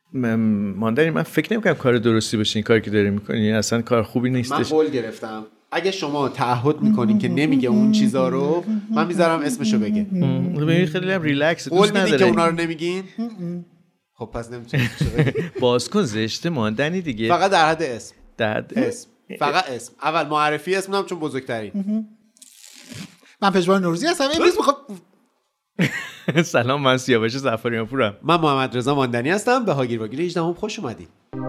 ماندنی من فکر نمی‌کنم کار درستی باشه این کاری که داری می‌کنی، اصلا کار خوبی نیستش. من قول گرفتم اگه شما تعهد میکنین که نمیگه اون چیزا رو، من میذارم اسمشو بگه. ببین خیلی هم ریلکس، قول میدین که اونا رو نمیگین؟ خب پس نمیتونی باز کن زشته ماندنی دیگه. فقط در حد اسم. اسم فقط اسم. اول معرفی اسم نام چون بزرگتری. من پژمان نوروزی هستم. امروز میخوام سلام، من سیاوش ظفریان پورم. من محمد رضا ماندنی هستم. به هاگیر واگیر 18 خوش اومدید.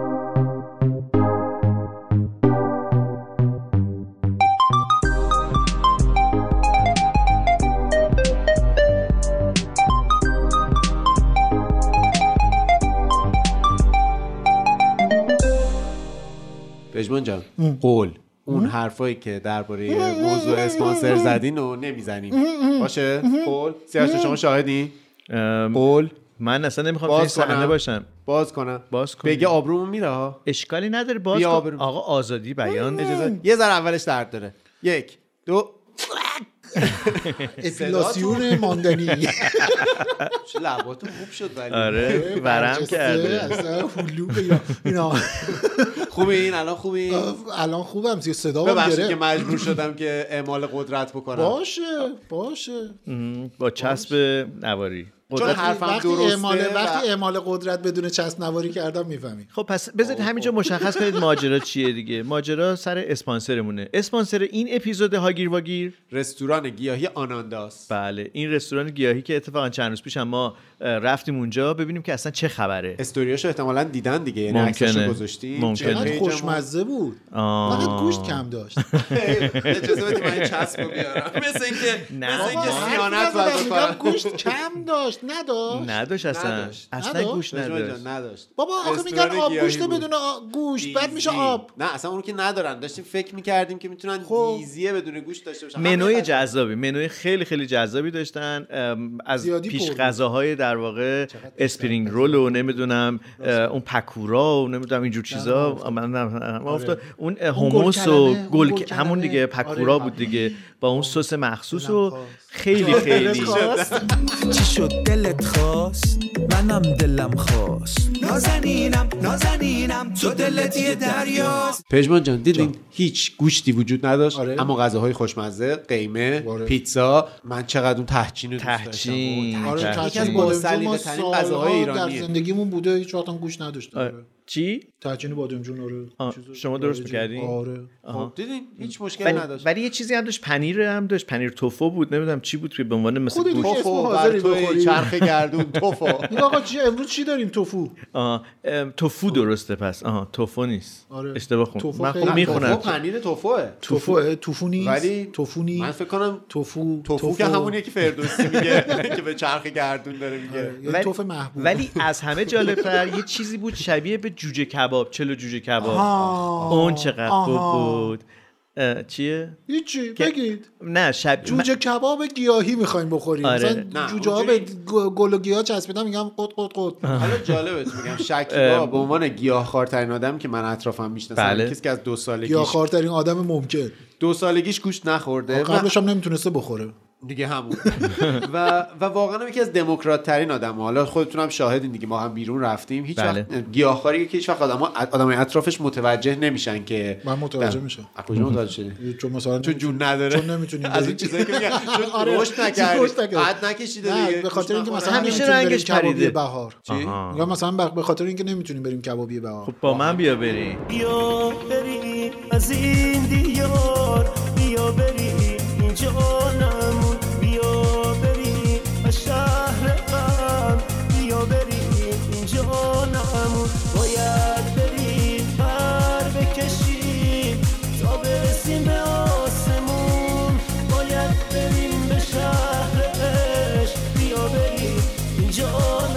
پژمان جان، قول اون حرفایی که درباره موضوع اسپانسر زدین رو نمیزنیم باشه؟ قول سیاوش شما شاهدین؟ قول من اصلا نمیخوام توی صحنه باشم. باز کنم بگه آبرومون میره ها. اشکالی نداره، باز کن. آقا آزادی بیان. اجازه یه ذره اولش درد داره. 1 2 اپیلاسیون ماندنی. چه لباتون خوب شد ولی. آره ورم کرده اصلا هلو اینا. خوبین الان؟ خوبین الان خوبم. صدا ببخشید که مجبور شدم که اعمال قدرت بکنم. باشه با چسب نواری. چون حرفم درسته. وقتی اعمال قدرت بدون چسب نواری کردم میفهمی. خب پس بذارید همینجا مشخص کنید ماجرا چیه دیگه. ماجرا سر اسپانسرمونه. اسپانسر این اپیزود هاگیر واگیر رستوران گیاهی آنانداس. بله، این رستوران گیاهی که اتفاقا چند روز پیش ما رفتیم اونجا ببینیم که اصلا چه خبره. استوریاشو احتمالاً دیدن دیگه، یعنی عکساشو گذاشتیم. چقدر خوشمزه بود. فقط گوشت کم داشت. اجازه بدید من این چسبو بیارم. مثل اینکه سیانت بود. گوشت کم داشت. نداشت اصلا گوشت نداشت. بابا آخه میگن آب گوشت بدون گوشت بعد میشه آب. نه اصلا اونو که ندارن. داشتیم فکر می‌کردیم که میتونن دیزیه بدون گوشت داشته باشن. منوی جذابی، منوی خیلی خیلی جذابی داشتن. از پیش غذاهای در واقع اسپرینگ رول و نمیدونم اون پکورا و نمیدونم اینجور چیزا. من افتاد اون هموس و گل همون دیگه پکورا بود دیگه، با اون سس مخصوص و خیلی چی شد دلت خواست منم دلم خواست، نازنینم تو دلت یه دریاست. پژمان جان دیدین هیچ گوشتی وجود نداشت. اما غذاهای خوشمزه، قیمه، پیتزا. من چقدر اون تهچین رو دوست داشتم. یکی از با ترین غذاهای ایرانیه. در زندگیمون بوده، هیچ وقت هم گوشت نداشتم. چی؟ تهچین بادمجون. آره شما درست می‌کردین؟ آره دیدین هیچ مشکلی نداشت. ولی یه چیزی هم داشت، پنیر هم داشت، پنیر توفو بود، نمیدونم چی بود که به عنوان مثل توفو بر توی چرخ گردون توفو. این آقا امروز چی داریم؟ توفو درسته پس. توفو نیست. اشتباه خوندم. من خوب میخونم. توفو پنیر توفو نیست. ولی توفو نیست. من فکر کنم توفو که همونیه که فردوسی میگه که به چرخ گردون داره میگه. توفو محبوب. ولی از همه جالب‌تر یه چیزی بود شبیه به جوجه کباب. چلو جوجه کباب. اون چقدر بود. چیه؟ هیچی بگید. نه جوجه کباب گیاهی میخوایم بخوریم. مثلا جوجه ها به گل و گیاه چسبیدن میگم قط. حالا جالبت میگم شکیبا به عنوان گیاهخوارترین آدم که من اطرافم میشناسم، کسی که از 2 سالگیش گیاهخوارترین آدم ممکن 2 سالگیش گوشت نخورده، قبلش هم نمیتونسته بخوره دیگه همون. و واقعا یکی از دموکرات ترین آدم‌ها. حالا خودتون هم شاهدین دیگه، ما هم بیرون رفتیم. هیچ وقت گیاهخواری که هیچ وقت آدمای اطرافش متوجه نمیشن که من متوجه میشم. کجا متوجه شدی؟ چون مثلا چون جون نداره، چون نمیتونیم از این چیزایی که میگن چون رشد نکردی، قد نکشیده دیگه. به خاطر اینکه مثلا همیشه رنگش پریده. بهار چی؟ میگم مثلا به خاطر اینکه نمیتونیم بریم کبابی بهار. خب با من بیا بریم از این دیار، بیا بریم اینجا نمون، بیا بریم از شهر غم، بیا بریم اینجا نمون. باید بریم پر بکشیم تا برسیم به آسمون، باید بریم به شهر عشق، بیا بریم اینجا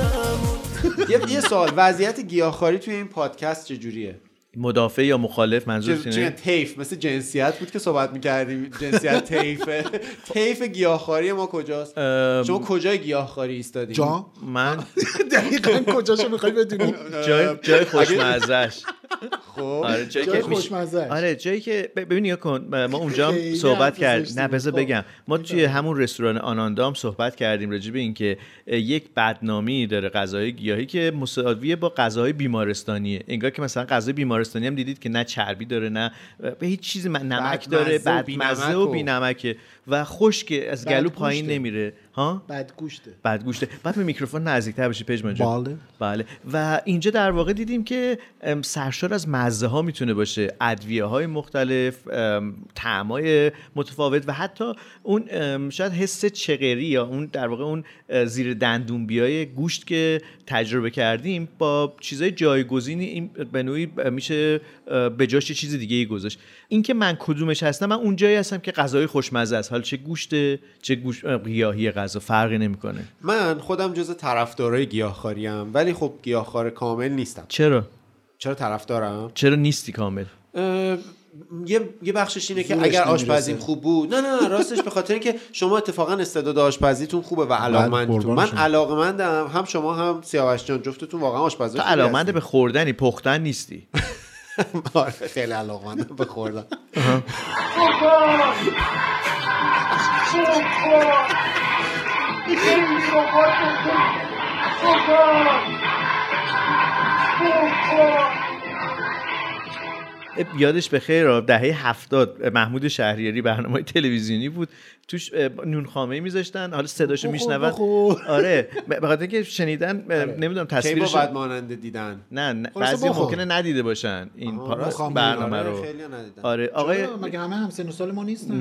نمون. یه سوال، وضعیت گیاهخواری توی این پادکست چجوریه؟ مدافع یا مخالف؟ منظورت اینه؟ طیف مثل جنسیت بود که صحبت می‌کردیم. جنسیت طیف گیاهخواری ما کجاست؟ شما کجای گیاهخواری ایستادین؟ جا من دقیقاً کجاشو می‌خوای بدونی؟ جای خوشمزه‌اش. خب آره جایی خوشمزه. آره جایی که ببین نگاه کن ما اونجا صحبت کردیم. نه بذار بگم ما توی همون رستوران آناندا هم صحبت کردیم راجع به این که یک بدنامی داره غذای گیاهی که مساویه با غذاهای بیمارستانیه. انگار که مثلا غذای بیمارستانی هم دیدید که نه چربی داره نه به هیچ چیزی نمک داره، بدمزه و بی‌نمکه و خشک از گلو پایین نمیره. ها بدگوشته. بعد به میکروفون نزدیکتر بشی پژمان جان. بله. و اینجا در واقع دیدیم که سرشار از مزه ها میتونه باشه، ادویه های مختلف، طعمای متفاوت و حتی اون شاید حس چغری یا اون در واقع اون زیر دندون بیای گوشت که تجربه کردیم با چیزای جایگزینی این به نوعی میشه به جاش چیز دیگه ای گذاشت. این که من کدومش هستم، من اون جایی هستم که غذای خوشمزه است، حالا چه گوشته چه گیاهی غذا فرقی نمیکنه. من خودم جز طرفدارای گیاهخواریم ولی خب گیاهخوار کامل نیستم. چرا طرفدارم؟ چرا نیستی کامل؟ یه بخشش اینه که اگر آشپزیم خوب بود، نه راستش به خاطر اینکه شما اتفاقا استعداد آشپزیتون خوبه و علاقه‌مندتون. من علاقه‌مندم، هم شما هم سیاوش جان جفتتون واقعا آشپزا. تو علاقه‌مند به خوردنی، پختن نیستی. آره خیلی علاقه‌مندم به خوردن. یادش بخیر دهه 70 محمود شهریاری برنامه تلویزیونی بود، توش نونخامه‌ای میذاشتن، حالا صداشو میشنون. آره به خاطر اینکه شنیدن نمیدونم تصویرش بعد ماننده دیدن. نه بعضی ممکنه ندیده باشن این برنامه رو. آره آقای مگه همه هم سن و سال ما نیستن؟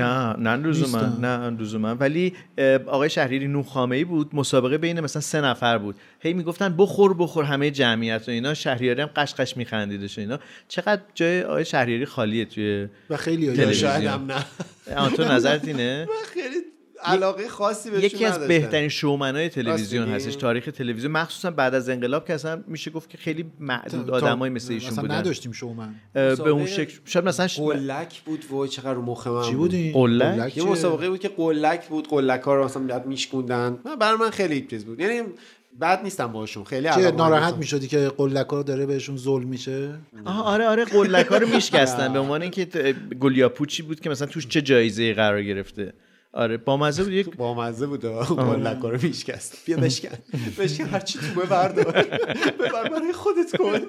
نه لزوما ولی آقای شهریاری نونخامه‌ای بود، مسابقه بین مثلا 3 نفر بود، هی میگفتن بخور همه جمعیت و اینا، شهریاری هم قشقش میخندیدش و اینا. چقدر جای آقای شهریاری خالیه توی و خیلی شاید هم نه. تو نظرت اینه؟ خیلی علاقه خاصی بهش یکی از بهترین شومنای تلویزیون هستش، تاریخ تلویزیون، مخصوصا بعد از انقلاب که اصلا میشه گفت که خیلی معدود آدمای مثل ایشون بودن. مثلا نداشتیم شومن به اون شکل. شاید مثلا قلک بود، وای چقدر رو مخ من. چی بود این؟ قلک یه مسابقه بود که قلک بود، قلک‌ها رو مثلا بعد میشکوندن. برای من خیلی چیز بود، یعنی بد نیستم باشون، خیلی علاقه ناراحت میشدی که قلک‌ها داره بهشون ظلم میشه. آره قلک‌ها رو میشکستن به عنوان اینکه گلیاپوچی بود که مثلا توش چه جایزه‌ای قرار گرفته. آره بامزه بود قلک‌ها رو میشکست. بیا بشکن هر چی تو بردار ببر برای خودت کن.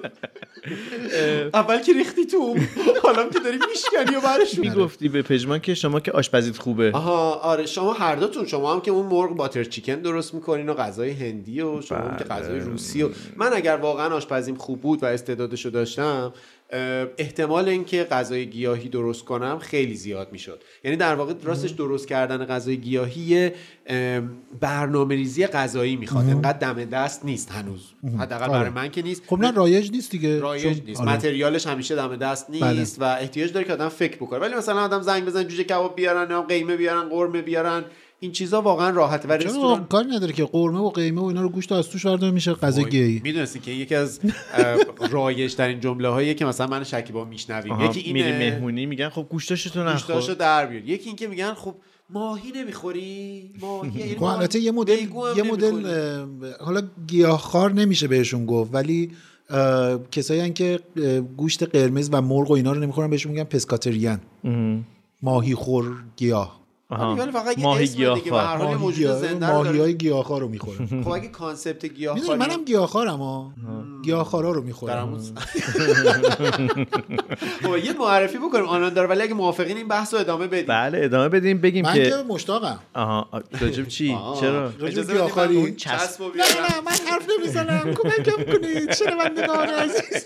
اول که ریختی تو، حالا که داری میشکنی و برش میگفتی به پژمان که شما که آشپزیت خوبه. آره شما هر دوتون، شما هم که اون مرغ باتر چیکن درست میکنین و غذای هندی و شما هم که غذای روسی و من اگر واقعا آشپزیم خوب بود و استعدادشو داشتم، احتمال اینکه غذای گیاهی درست کنم خیلی زیاد میشد. یعنی در واقع راستش درست کردن غذای گیاهی برنامه‌ریزی غذایی میخواد، اینقدر دم دست نیست هنوز، حداقل برای من که نیست. خب نه رایج نیست دیگه، رایج نیست. متریالش همیشه دم دست نیست و احتیاج داره که آدم فکر بکنه. ولی مثلا آدم زنگ بزنه جوجه کباب بیارن یا قیمه بیارن، قرمه بیارن، این چیزا واقعا راحته. و رستوران کاری نداره که قرمه و قیمه و اینا رو گوشت از توش برداره میشه غذا گیاهی. میدونستی که یکی از رایج ترین جمله هایی که مثلا من شکیبا میشنویم، یکی اینه میری مهمونی میگن خب گوشتاشو نخور، گوشتاشو در بیار. یکی این که میگن خب ماهی نمیخوری؟ ماهی خب البته یه مدل حالا گیاهخوار نمیشه بهشون گفت، ولی کسایی هستن که گوشت قرمز و مرغ و اینا رو نمیخورن بهشون میگن پسکاتریان، ماهی خور گیاه. ولی فقط یه اسم دیگه، به هر حال موجود زنده رو ماهیای گیاهخوار رو میخورن. خب اگه کانسپت گیاهخواری، منم گیاهخوارم گیاهخوارا رو میخورم. خب یه معرفی بکنیم آناندا، ولی اگه موافقین این بحث رو ادامه بدیم. بله ادامه بدیم، بگیم من که مشتاقم. راجب چی؟ چرا؟ راجب گیاهخواری. نه من حرف نمیزنم، کمکم کنید شنوندگان عزیز.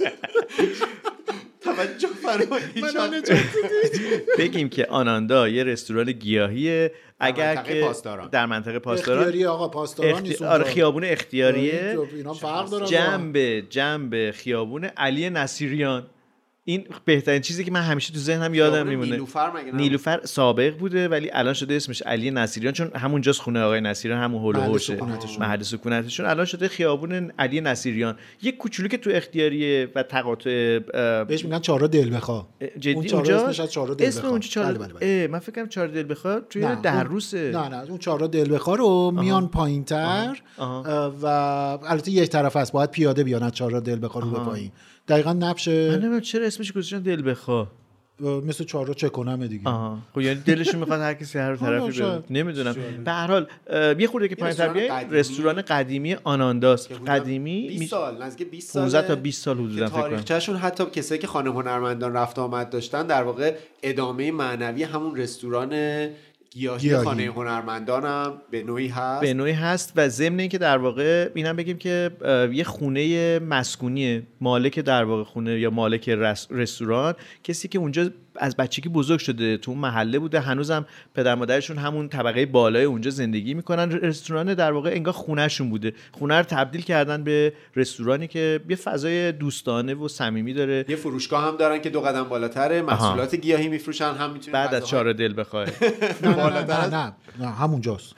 توجه فرمایید. بگیم که آناندا یه رستوران گیاهیه، اگر که در منطقه پاسداران اختیاری آقا پاسداران نیست، آره خیابون اختیاریه، اینا فرق داره، جنب خیابون علی نصیریان. این بهترین چیزی که من همیشه تو ذهنم یادم میمونه. نیلوفر سابق بوده ولی الان شده اسمش علی نصیریان، چون همونجاست خونه آقای نصیریان، همون هول و هوشه، محل سکونتشون. الان شده خیابون علی نصیریان. یک کوچولو که تو اختیاریه و تقاطع بهش میگن چهارراه دلبخواه. جدی اونجا اسمش چهارراه دلبخواه. اسم اونجا چهارراه. من فکر کنم چهارراه دلبخواه توی دروسه. نه اون چهارراه دلبخواه رو میان پایین‌تر و البته یک طرف است، باید پیاده بیان از چهارراه دلبخواه رو به پایین. دقیقاً نبشه. من نمیدونم چرا اسمش گذاشتن دلبخواه. مثل چهارراه چه کنم دیگه. خب یعنی دلشون میخواد هر کسی هر طرفی بره. نمیدونم. به هر حال یه خورده که پایین‌تر بیاین رستوران قدیمی آنانداست. قدیمی 20 سال، نزدیک 20 سال 15 تا 20 سال حدودا فکر کنم. تاریخچه‌شون حتی کسایی که خانه هنرمندان رفت آمد داشتن در واقع ادامه معنوی همون رستوران گیاهی خانه هنرمندانم به نوعی هست و ضمن اینکه در واقع اینم بگیم که یه خونه مسکونیه، مالک در واقع خونه یا مالک رستوران کسی که اونجا از بچگی بزرگ شده، تو اون محله بوده، هنوزم پدر مادرشون همون طبقه بالای اونجا زندگی میکنن. رستوران در واقع انگار خونهشون بوده، خونه رو تبدیل کردن به رستورانی که یه فضای دوستانه و صمیمی داره. یه فروشگاه هم دارن که 2 قدم بالاتره، محصولات گیاهی میفروشن، هم میتونید بعد از چهارراه دلبخواه. نه همونجاست.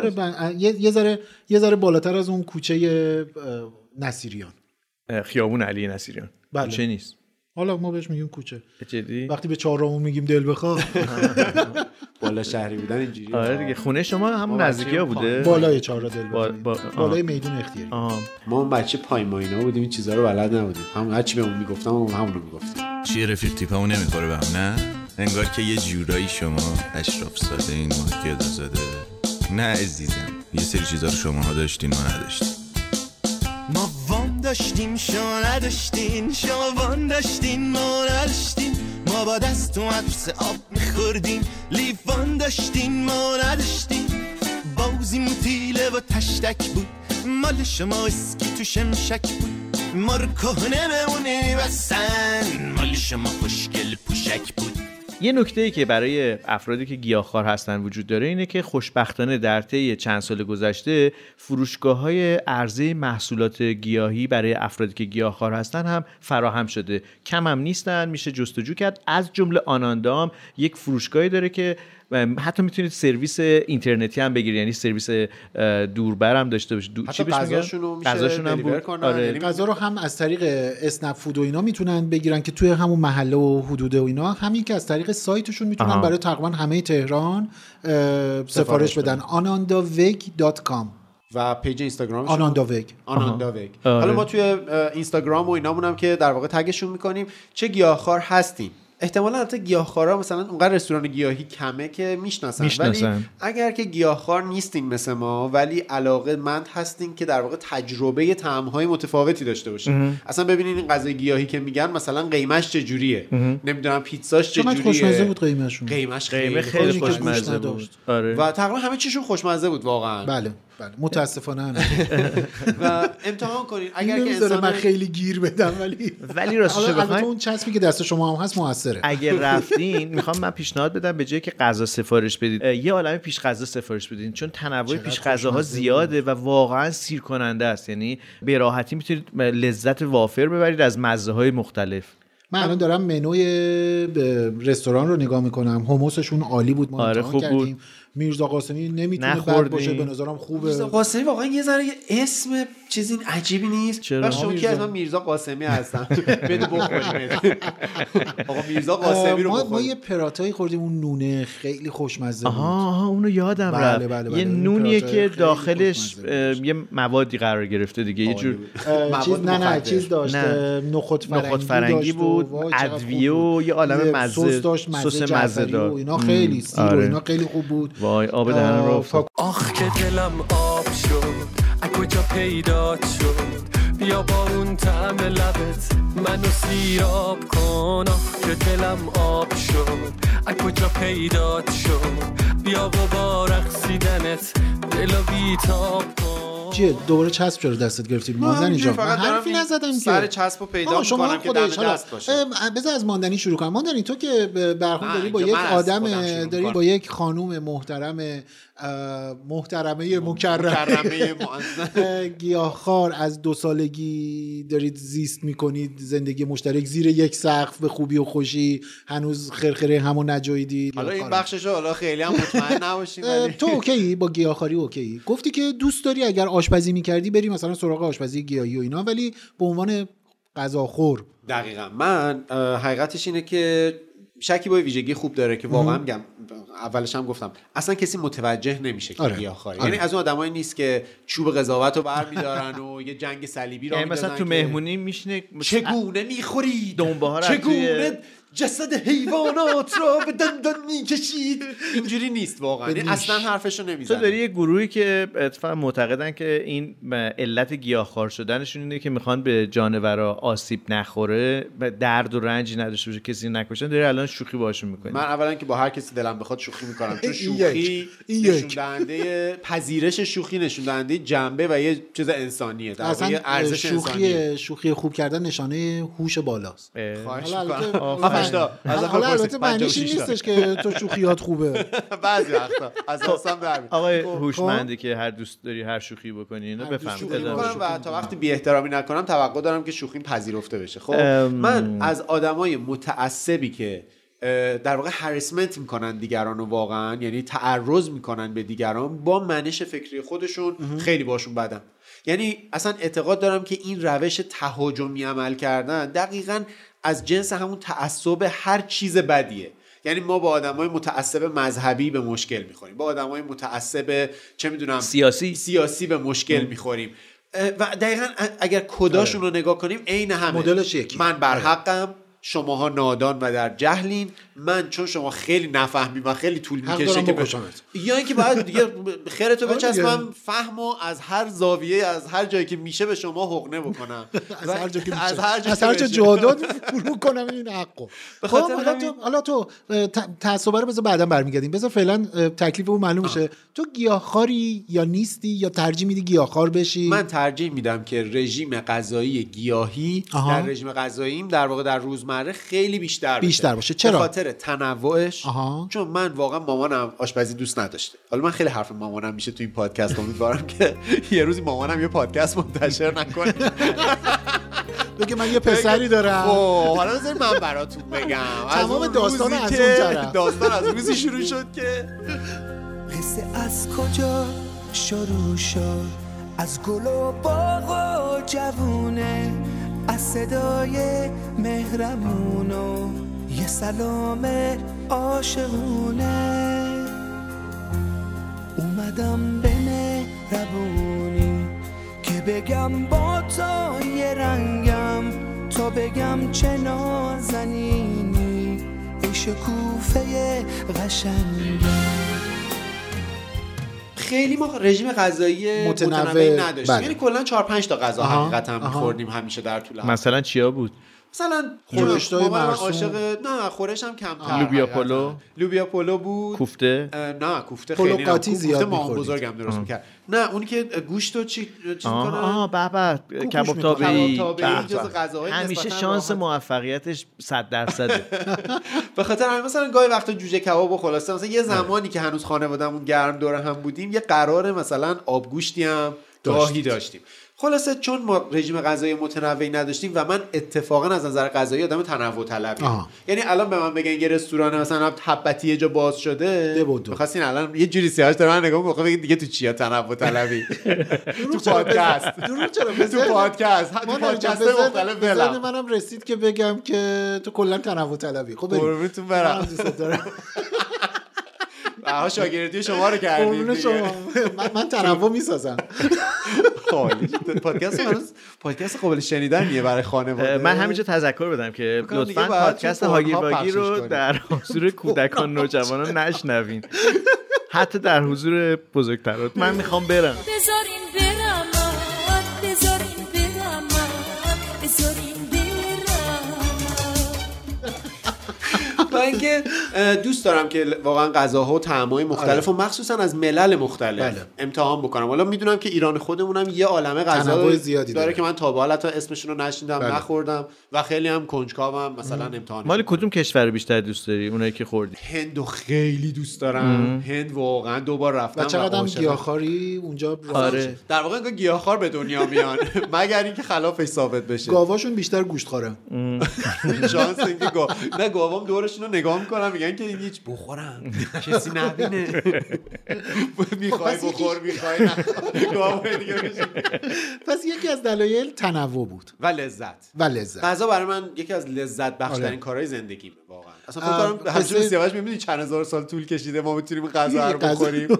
یه ذره بالاتر از اون کوچه نصیریان، خیابون علی نصیریان. کوچه نیست، حالا ما بهش میگیم کوچه. جدی وقتی به چهارراهمون میگیم دلبخواه بالا شهری بودن اینجوری. آره دیگه. خونه شما همون نزدیکی‌ها بوده، بالای چهارراه دلبخواه، بالای میدون اختیاری. ما اون بچه پایماینا بودیم، این چیزا رو بلد نبودیم، همون هر چی بهمون میگفتم همون رو میگفتیم. چیه رفیق تیپمو نمیخوره بهم؟ نه انگار که یه جورایی شما اشراف زاده این ما گدا زاده. نه عزیزم، یه سری چیزا رو شماها داشتین ما نداشتیم. ما وام داشتیم شما نداشتین، شما وام داشتین ما نداشتین. ما با دست و عطس آب میخوردیم، لیوان داشتین ما نداشتین. بازی موتیله و تشتک بود، مال شما اسکی تو شمشک بود. ما رو کهنه بمونه بسن، مال شما خوشگل پوشک بود. یه نکته‌ای که برای افرادی که گیاهخوار هستن وجود داره اینه که خوشبختانه در طی چند سال گذشته فروشگاه‌های عرضه محصولات گیاهی برای افرادی که گیاهخوار هستن هم فراهم شده. کم هم نیستن، میشه جستجو کرد. از جمله آناندام یک فروشگاهی داره که حتی میتونید سرویس اینترنتی هم بگیرید، یعنی سرویس دوربر هم داشته باشید. چی بهش میگن؟ غذاشون هم بود. آره. غذا رو هم از طریق اسنپ فود و اینا میتونن بگیرن که توی همون محله و حدود و اینا، همین که از طریق سایتشون میتونن برای تقریبا همه تهران سفارش بدن. anandaveg.com و پیج اینستاگرامش آنانداوگ. حالا ما توی اینستاگرام و اینامون هم که در واقع تگشون میکنیم چه گیاهخوار هستیم. احتمالاً البته گیاهخوارا مثلا اونقدر رستوران گیاهی کمه که میشناسن، ولی اگر که گیاهخوار نیستین مثل ما ولی علاقه‌مند هستین که در واقع تجربه طعم‌های متفاوتی داشته باشین، اصلا ببینین این غذای گیاهی که میگن مثلا قیمش چجوریه، نمیدونم پیتزاش چجوریه. خوشمزه بود قیمشون. قیمش خیلی خوشمزه بود. آره. و تقریبا همه چیشون خوشمزه بود واقعا. بله متاسفانه و امتحان کنین اگر که انسان من خیلی گیر بدم ولی راستش بخواید اون چسبی که دست شما هم هست موثره. اگر رفتین میخوام من پیشنهاد بدم به جای که غذا سفارش بدید یه عالمه پیش غذا سفارش بدین، چون تنوع پیش غذاها زیاده و واقعا سیر کننده است. یعنی به راحتی میتونید لذت وافر ببرید از مزه های مختلف. من الان دارم منوی رستوران رو نگاه میکنم، hummusشون عالی بود، ما امتحان کردیم بود. میرزا قاسمی نمیتونه بد باشه، به نظرم خوبه. میرزا قاسمی واقعا یه ذره اسم چیزی عجیبی نیست. شما که از من میرزا قاسمی هستم بده بخوریم. آقا میرزا قاسمی رو بخوریم. ما یه پراتایی خوردیم، اون نونه خیلی خوشمزه بود. اونو یادم رفت. یه نونیه که داخلش یه موادی قرار گرفته دیگه، یه جور چیز داشت، نخود فرنگی بود، ادویه و یه عالمه مزه، سس مزه دار. اینا خیلی سیر و اینا خیلی خوب بود. وای آب دهنم رو افتاد. آخ که دلم آب شد، از کجا پیدات شد، بیا با اون طعم لبت منو سیراب کن. آخ که دلم آب شد، از کجا پیدات شد، بیا و با رقصیدنت دلو بیتاب کن. چیه دوباره چسب چرا دستت گرفتی؟ ماندنی جان من حرفی نزدم که سر چسبو پیدا می‌کنم که دم دست باشه. بذار از ماندنی شروع کنم. ماندنی تو که برخورد داری با یک آدم، داری با یک خانم محترمه مکرمه گیاهخوار از 2 سالگی دارید زیست میکنید، زندگی مشترک زیر یک سقف به خوبی و خوشی، هنوز خرخره همو نجاییدید. حالا این بخششو حالا خیلی هم مطمئن نباشیم ولی تو اوکی با گیاهخواری؟ اوکی. گفتی که دوست داری اگر آشپزی میکردی بری مثلا سراغ آشپزی گیاهی و اینا، ولی به عنوان غذاخور. دقیقاً من حقیقتش اینه که شکی با ویژگی خوب داره که واقعا میگم، اولش هم گفتم اصلا کسی متوجه نمیشه که گیاهخواری. یعنی از اون آدمایی نیست که چوب قضاوت رو برمی‌دارن و یه جنگ صلیبی را می‌دازن. مثلا تو مهمونی میشینه چگونه می‌خورید دنبه‌ها رو چگونه جسد حیوانات را به دندان می‌کشید، اینجوری نیست واقعا. یعنی اصلا حرفشو نمیزنه. تو داری یه گروهی که اتفاقا معتقدن که این علت گیاهخوار شدنشون اینه که میخوان به جانورا آسیب نخوره، درد و رنجی نداشته باشه، کسی نکشن. داری الان شوخی باشون میکنی. من اولا که با هر کسی دلم بخواد شوخی میکنم، چون شوخی نشون دهنده پذیرش، شوخی نشون دهنده جنبه و یه چیز انسانیه، در واقع ارزش انسانیه. شوخی خوب کردن نشانه هوش بالاست. خواهش میکنم. حالا البته معنیش این نیستش که تو شوخیات خوبه. بعضی وقتا از اصلا در آقای هوشمندی که هر دوست داری هر شوخی بکنی اینو بفهمید و تا وقتی بی احترامی نکنم توقع دارم که شوخیم پذیرفته بشه. خب من از آدمای متعصبی که در واقع هراسمنت میکنن دیگران و واقعا یعنی تعرض میکنن به دیگران با منش فکری خودشون خیلی باشون بدم. یعنی اصلا اعتقاد دارم که این روش تهاجمی عمل کردن دقیقاً از جنس همون تعصب هر چیز بدیه. یعنی ما با آدمای متعصب مذهبی به مشکل میخوریم، با آدمای متعصب چه میدونم سیاسی به مشکل میخوریم و دقیقاً اگر کداشون رو نگاه کنیم عین همه. مدلش یکی. من بر حقم، شماها نادان و در جهلین، من چون شما خیلی نفهمید و خیلی طول میکشه که یا اینکه باید دیگه خیرتو بچسبم فهمو از هر زاویه از هر جایی که میشه به شما حقنه بکنم از هر جا جاداد فرو کنم این حقو. حالا تو تعصبه رو بذار بعدا برمیگردیم، بذار فعلا تکلیف اون معلوم بشه. تو گیاهخواری یا نیستی یا ترجیح میدی گیاهخوار بشی؟ من ترجیح میدم که رژیم غذایی گیاهی در رژیم غذاییم در واقع در روزمره خیلی بیشتر باشه. چرا؟ به خاطر تنوعش. چون من واقعا مامانم آشپزی دوست نداشته. حالا من خیلی حرف مامانم میشه تو این پادکست، امیدوارم که یه روزی مامانم یه پادکست منتشر نکنه بگه من یه پسری دارم. حالا بذارید من براتون بگم تمام داستان از اون طرف. داستان از روزی شروع شد که قصه از کجا شروع شد، از گل و باغ و جوونه، از صدای مهربون و یه سلام عاشقونه، اومدم به مهربونی که بگم با تو یه رنگم، تا بگم چه نازنینی ای شکوفه قشنگم. خیلی ما رژیم غذایی متنوعی نداشتیم. یعنی کلا 4-5 تا غذا حقیقتا می‌خوردیم همیشه در طول هفته. مثلا چیا بود؟ مثلا خورشتای مرسوم، عاشق نه خورش هم کمتر، لوبیا پلو بود، کوفته نه کوفته خیلی قاطی زیاد مام بزرگم درست می‌کرد. نه اونی که گوشتو چی می‌کنه به کباب تابعی جز غذاهای همیشه شانس موفقیتش 100%. به خاطر همین مثلا گاهی وقتا جوجه کباب و خلاصه مثلا یه زمانی که هنوز خانواده‌مون گرم دور هم بودیم یه قرار مثلا آبگوشتی هم گاهی داشتیم. خلاصه چون ما رژیم غذایی متنوعی نداشتیم و من اتفاقا از نظر غذایی آدم تنوع طلبیم. یعنی الان به من بگن یه رستوران مثلا تبتی یه جا باز شده، می‌خواستین الان یه جوری سیاهش داره من نگاه می‌کنم بگید دیگه تو چیا تنوع طلبی؟ تو پادکست تو پادکست مختلف بله منم رسید که بگم که تو کلا تنوع طلبی. خب قربونتون برم. آها شاگردی شما رو کردیم دیگه. من تنوع میسازم. پادکست قابل شنیدنیه برای خانواده. من همینجا تذکر بدم که لطفاً پادکست هاگیر واگیر رو در حضور کودکان نوجوانان نشنوین، حتی در حضور بزرگترات. من میخوام برم. و اینکه دوست دارم که واقعا غذاها و طعمای مختلف و مخصوصا از ملل مختلف امتحان بکنم. حالا میدونم که ایران خودمونم یه عالمه غذا زیادی داره که من تا به حال حتی اسمشون رو نشنیدم، نخوردم و خیلی هم کنجکاوم مثلا امتحان. مال کدوم کشور بیشتر دوست داری اونایی که خوردی؟ هندو خیلی دوست دارم. هند واقعا 2 بار رفتم. و چقدر گیاهخواری اونجا. آره در واقع انگار گیاهخوار به دنیا میان مگر اینکه خلافش ثابت بشه. گاواشون بیشتر گوشت خوره. شانس اینکه نه گاوام دورشون رو نگاه میکنن میگن که این هیچ بخورم کسی نبینه. میخوای بخور میخوای نخور گاو دیگه بشه. پس یکی از دلایل تنوع بود و لذت. غذا برای من یکی از لذت بخش‌ترین کارهای زندگیمه واقعا. اصلا فکر کنم همچون سیاوش می‌بینی چند هزار سال طول کشیده ما بتونیم غذا رو بخوریم.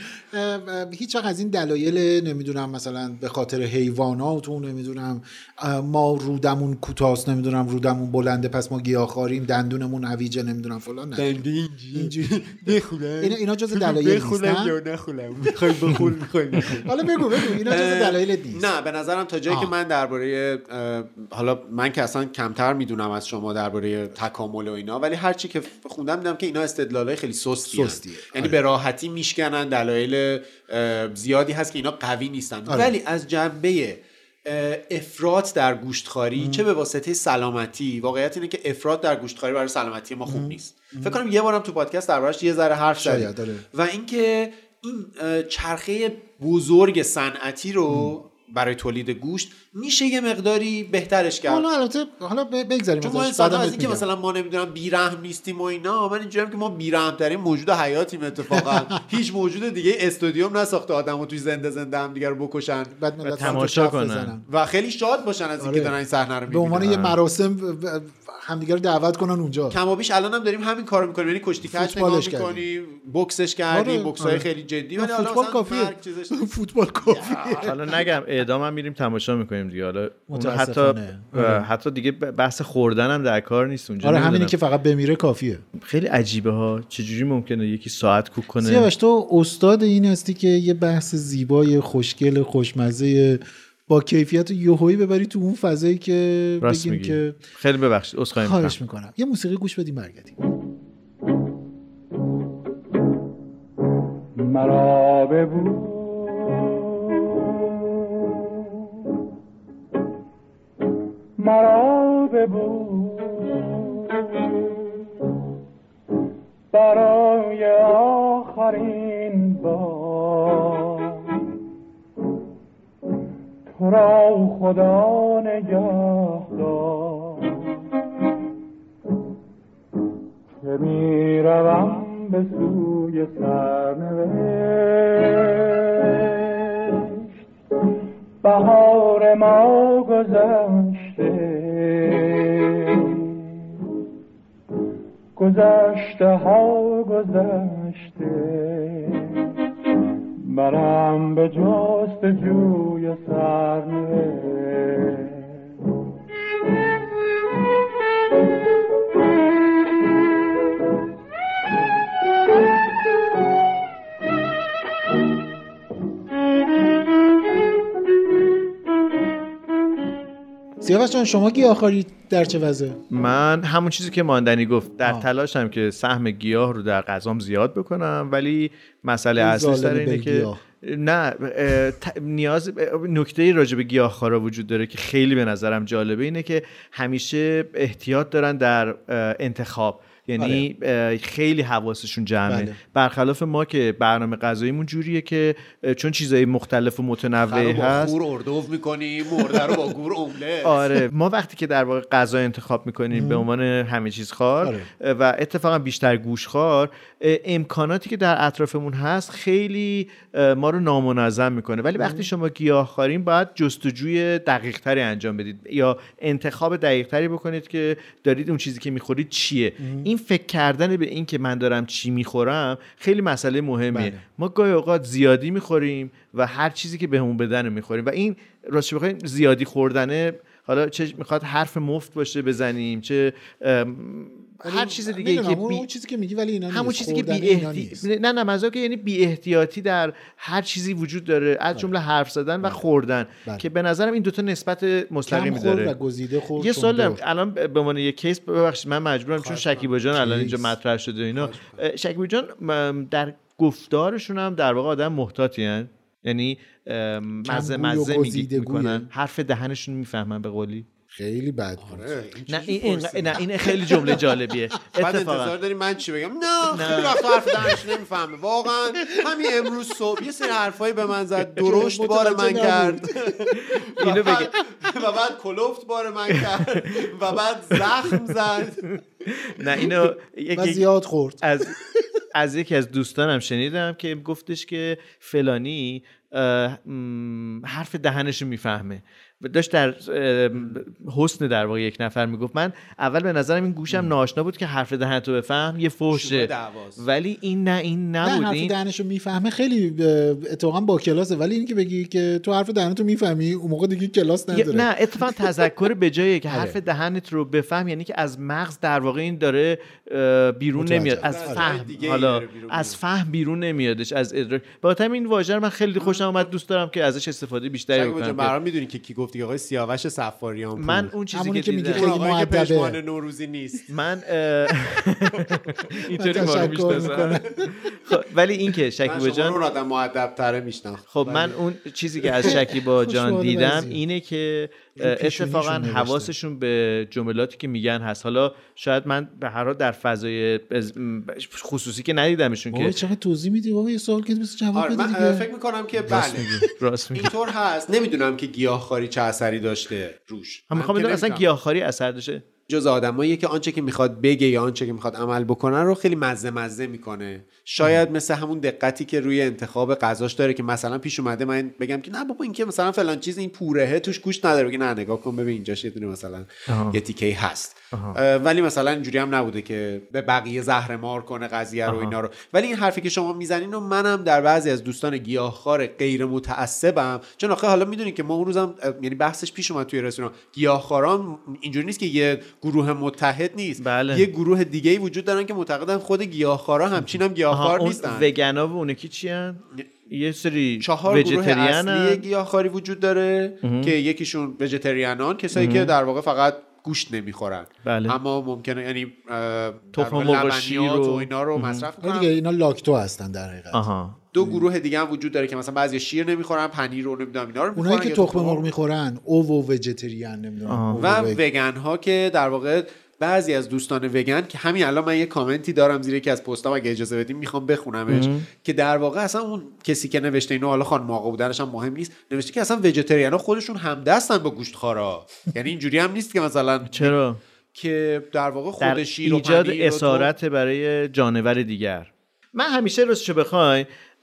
هیچ وقت از این دلایل نمیدونم مثلا به خاطر حیوانات و نمیدونم ما رودمون کوتاست نمیدونم رودمون بلنده پس ما گیاهخواریم دندونمون هویجه نمیدونم فلان. نه اینجوری بخورم اینا جز دلایل نیستن. یا نخورم میخوای بخور میخوای. حالا بگو اینا جز دلایل نیست. نه به نظرم تا جایی که من درباره حالا من که اصلا کمتر میدونم از شما درباره تکامل و اینا، ولی هر چی که خوندم دیدم که اینا استدلالای خیلی سستیه. یعنی به راحتی میشکنن، دلایل زیادی هست که اینا قوی نیستن. ولی از جنبه افراط در گوشتخواری چه به واسطه سلامتی، واقعیت اینه که افراط در گوشتخواری برای سلامتی ما خوب نیست. فکر کنم یه بارم تو پادکست دربارش یه ذره حرف زدیم. و اینکه این چرخه بزرگ صنعتی رو برای تولید گوشت میشه یه مقداری بهترش کرد. حالا بگذاریم چون ما انسان‌ها از اینکه مثلا ما نمیدونم بی‌رحم نیستیم و اینا، من اینجوریم که ما بی‌رحم‌ترین موجود حیاتیم اتفاقا. هیچ موجود دیگه استودیوم نساخته آدمو توی زنده هم دیگه رو بکشن بعد تماشا کنن و خیلی شاد باشن از اینکه دارن این صحنه رو می‌بینن. به عنوان یه مراسم همدیگه رو دعوت کنن اونجا. کم و بیش الانم داریم همین کارو می‌کنیم، یعنی کشتی کج نگاه می‌کنیم، بوکسش کردیم، بوکس‌های خیلی جدی، ولی حالا فوتبال کافیه. فوتبال کافیه. حالا نگم اعدامم میریم تماشا می‌کنیم دیگه. حالا حتی دیگه بحث خوردن هم در کار نیست اونجا. آره همینی که فقط بمیره کافیه. خیلی عجیبه ها چجوری ممکنه یکی ساعت کوک کنه. سیاوش تو استاد این هستی که یه بحث زیبای خوشگل خوشمزه با کیفیت یوهویی ببری تو اون فضایی که بگیم که خیلی ببخشید عذرخواهی می‌کنم. خواهش می‌کنم. یه موسیقی گوش بدیم برگردیم. مرا ببو مرا ببو برای آخرین بار تو را خدا نگه دار که می روم به سوی سرنوشت بهار ما گذشته ها گذشته منم به جستجوی سرنوشت. سیاوش جان شما گیاهخواری در چه وضعه؟ من همون چیزی که ماندنی گفت در تلاشم که سهم گیاه رو در غذام زیاد بکنم، ولی مسئله اصلی سر اینه که نه نکته راجع به گیاهخوارا وجود داره که خیلی به نظرم جالبه، اینه که همیشه احتیاط دارن در انتخاب، یعنی خیلی حواسشون جمعه. برخلاف ما که برنامه غذاییمون جوریه که چون چیزای مختلف و متنوع هست، گور اردوف می‌کنیم، مرده رو با گور املت. آره ما وقتی که در واقع غذا انتخاب می‌کنیم به عنوان همه چیز خوار و اتفاقا بیشتر گوش خوار، امکاناتی که در اطرافمون هست خیلی ما رو نامنظم میکنه. ولی وقتی شما گیاهخوارین باید جستجوی دقیق‌تری انجام بدید یا انتخاب دقیق‌تری بکنید که دارید اون چیزی که می‌خورید چیه. این فکر کردن به این که من دارم چی میخورم خیلی مسئله مهمیه. ما گاهی اوقات زیادی میخوریم و هر چیزی که بهمون بدن میخوریم و این راستش بخواید زیادی خوردنه، حالا چه میخواد حرف مفت باشه بزنیم، چه هر چیز دیگه که اون چیزی که میگی ولی اینا نیست. همون چیزی که نه منظورم که یعنی بی احتیاطی در هر چیزی وجود داره، از جمله حرف زدن و خوردن که به نظرم این دوتا نسبت مستقیمی داره. یه سوال الان به عنوان یک کیس، ببخشید من مجبورم چون شکیبا جان الان اینجا مطرح شده اینا، شکیبا جان در گفتارشون هم در واقع آدم محتاطی هستن، یعنی مزه میکنن، حرف دهنشون میفهمن به قولی. خیلی بد بود. نه این خیلی جمله جالبیه. بعد انتظار داریم من چی بگم؟ نه خیلی وقت حرف دهنش نمیفهمه. واقعا همین امروز صبح یه سری حرفایی به من زد، درشت بار من کرد اینو بگه و بعد کلفت بار من کرد و بعد زخم زد. نه اینو زیاد خورد. از یکی از دوستانم شنیدم که گفتش که فلانی حرف دهنشو میفهمه. داشت در حسن در واقع یک نفر میگفت من اول به نظرم این گوشم ناآشنا بود که حرف دهنتو بفهم یه فحشه، ولی این نبود. حرف دهنشو میفهمه خیلی اتفاقا با کلاسه، ولی این که بگی که تو حرف دهنتو میفهمی اون موقع دیگه کلاس نداره. نه اتفاقا تذکر به جایه که حرف دهنت رو بفهم، یعنی که از مغز در واقع این داره بیرون نمیاد، از فهم، حالا از فهم بیرون نمیادش، از ادراک. با همین واژه من خیلی خوشم اومد، دوست دارم که ازش استفاده بیشتری بکنم. برام میدونی که کی گفت دیگه؟ آقای سیاوش صفاریان. من اون چیزی که میگه خیلی مؤدبه، پشمان نوروزی نیست. من اینطوری ما رو میشناسم. ولی این که شکیبا جان رو آدم مؤدب تره میشناسم. خب من اون چیزی که از شکیبا جان دیدم اینه که اتفاقا حواسشون به جملاتی که میگن هست. حالا شاید من به هر حال در فضای خصوصی که ندیدمشون که چقدر توضیح میدی بابا، یه سوال که بس جواب بده دیگه. من فکر میکنم که بله اینطور هست. نمیدونم که گیاهخواری چه اثری داشته روش. من میخوام بدونم اصلا گیاهخواری اثر داشته؟ جز آدماییه که آنچه که میخواد بگه یا آنچه که میخواد عمل بکنه رو خیلی مزه میکنه. شاید مثل همون دقتی که روی انتخاب غذاش داره که مثلا پیش اومده من بگم که نه بابا این که مثلا فلان چیز این پورهه توش گوشت نداره، بگه نه نگاه کن ببین اینجاش یه دونه مثلا یه تیکه‌ای هست. ولی مثلا اینجوری هم نبوده که به بقیه زهرمار کنه قضیه رو اینا رو. ولی این حرفی که شما میزنین و منم در بعضی از دوستان گیاهخوار غیر متعصبم، چون آخه حالا میدونین که ما اون روزم یعنی بحثش پیش اومد توی رستوران، گیاهخواران اینجوری نیست که یه گروه متحد نیست. بله. یه گروه دیگه‌ای وجود دارن که معتقدن خود گیاهخوارا همچین هم گیاهخوار نیستن. وگنا و اونکی چی ان؟ یه سری 4 گروه اصلی گیاهخواری وجود داره که یکیشون وجتریانان، کسایی که در واقع فقط گوشت نمیخورن. بله. اما ممکنه یعنی تخم مرغ و شیر و اینا رو مصرف کنن. دیگه اینا لاکتو هستن در حقیقت. 2 گروه دیگه هم وجود داره که مثلا بعضی شیر نمیخورن، پنیر رو نمیدونم اینا رو میخورن. اونایی که تخم مرغ میخورن او وجتریان نمیدونم و وگن ها که در واقع بعضی از دوستان وگن که همین الان من یه کامنتی دارم زیر یکی از پستام اگه اجازه بدیم میخوام بخونمش که در واقع اصلا اون کسی که نوشته اینو، حالا خانم آقا بودنش هم مهم نیست، نوشته که اصلا وجتریانا خودشون همدستن با گوشتخوارا. یعنی اینجوری هم نیست که مثلا چرا که در واقع خود شیر و ایجاد اسارت برای جانور دیگر. من همیشه راستشو بخوای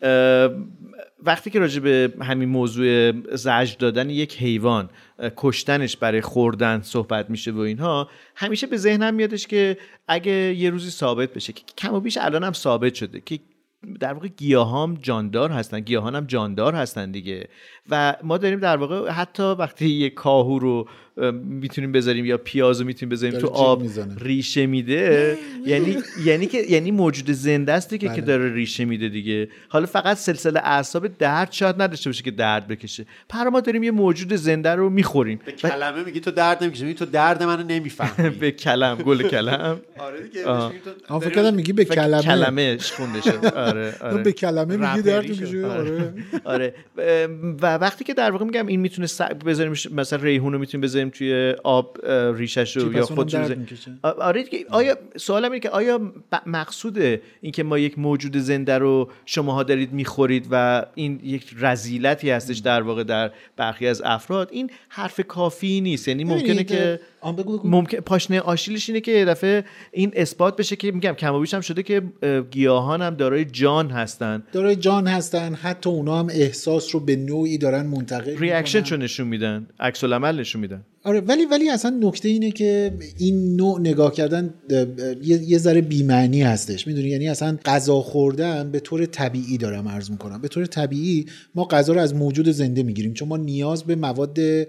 وقتی که راجع به همین موضوع زجر دادن یک حیوان، کشتنش برای خوردن صحبت میشه و اینها، همیشه به ذهنم میادش که اگه یه روزی ثابت بشه که کم و بیش الان هم ثابت شده که در واقع گیاهام جاندار هستن، گیاهان هم جاندار هستن دیگه، و ما داریم در واقع حتی وقتی یه کاهو رو میتونیم بذاریم یا پیاز رو میتونیم بذاریم تو آب ریشه میده، یعنی موجود زنده است دیگه که داره ریشه میده دیگه. حالا فقط سلسله اعصاب درد شاید نداشته باشه که درد بکشه، پر ما داریم یه موجود زنده رو میخوریم. به کلمه میگی تو درد نمیکشی، میگی تو درد منو نمیفهمی. به کلم، گل کلم. آره دیگه فکر کردم میگی به کلمه خونده شد. آره به کلمه میگی درد میکشه. آره. و وقتی که در واقع میگم این میتونه بذاریم مثلا ریحون رو میتونیم بذاریم توی آب ریشش رو یا خودش بذاریم. آره دیگه. آیا سوالم اینه که آیا مقصود این که ما یک موجود زنده رو شماها دارید میخورید و این یک رذیلتی هستش در واقع در برخی از افراد، این حرف کافی نیست. یعنی ممکنه که ممکن پاشنه آشیلش اینه که یه دفعه این اثبات بشه که میگم کم و بیش هم شده که گیاهان هم دارای جان هستن، حتی اونا هم احساس رو به نوعی دارن منتقل ریاکشن چون نشون میدن، عکس العمل نشون میدن. آره ولی اصلا نکته اینه که این نوع نگاه کردن یه ذره بی‌معنی هستش، میدونی؟ یعنی اصلا غذا خوردن به طور طبیعی دارم عرض میکنم، به طور طبیعی ما غذا رو از موجود زنده میگیریم چون ما نیاز به مواد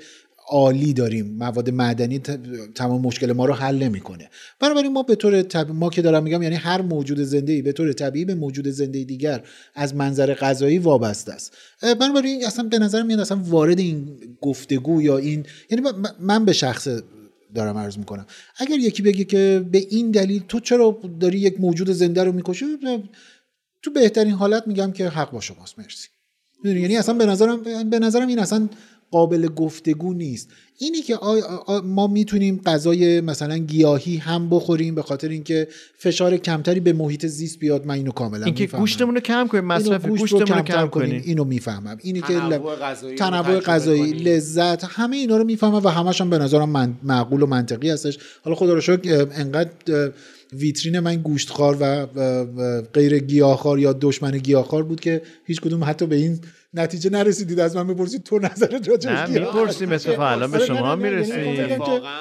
عالی داریم، مواد معدنی تمام مشکل ما رو حل نمیکنه. بنابراین ما به طور ما که دارم میگم یعنی هر موجود زنده‌ای به طور طبیعی به موجود زنده دیگر از منظر غذایی وابسته است. بنابراین اصلا به نظر میاد اصلا وارد این گفتگو یا این، یعنی من به شخص دارم عرض میکنم اگر یکی بگه که به این دلیل تو چرا داری یک موجود زنده رو میکشی، تو بهترین حالت میگم که حق با شماست، مرسی. میدونی یعنی اصلا به نظرم این اصلا قابل گفتگو نیست. اینی که ما میتونیم غذای مثلا گیاهی هم بخوریم به خاطر اینکه فشار کمتری به محیط زیست بیاد، من اینو کاملا میفهمم. اینکه گوشتمون رو کم کنیم، مصرف گوشتمون رو کم کنیم، اینو میفهمم. اینی که تنوع غذایی، لذت، همه اینا رو میفهمم و همش هم به نظرم معقول و منطقی هستش. حالا خدا رو شکر انقدر ویترین من گوشتخوار و غیر گیاهخوار یا دشمن گیاهخوار بود که هیچ کدوم حتی به این نتیجه نرسیدید از من بپرسید تو نظرت راجع نه میپرسیم اتفاقا الان به شما میرسیم.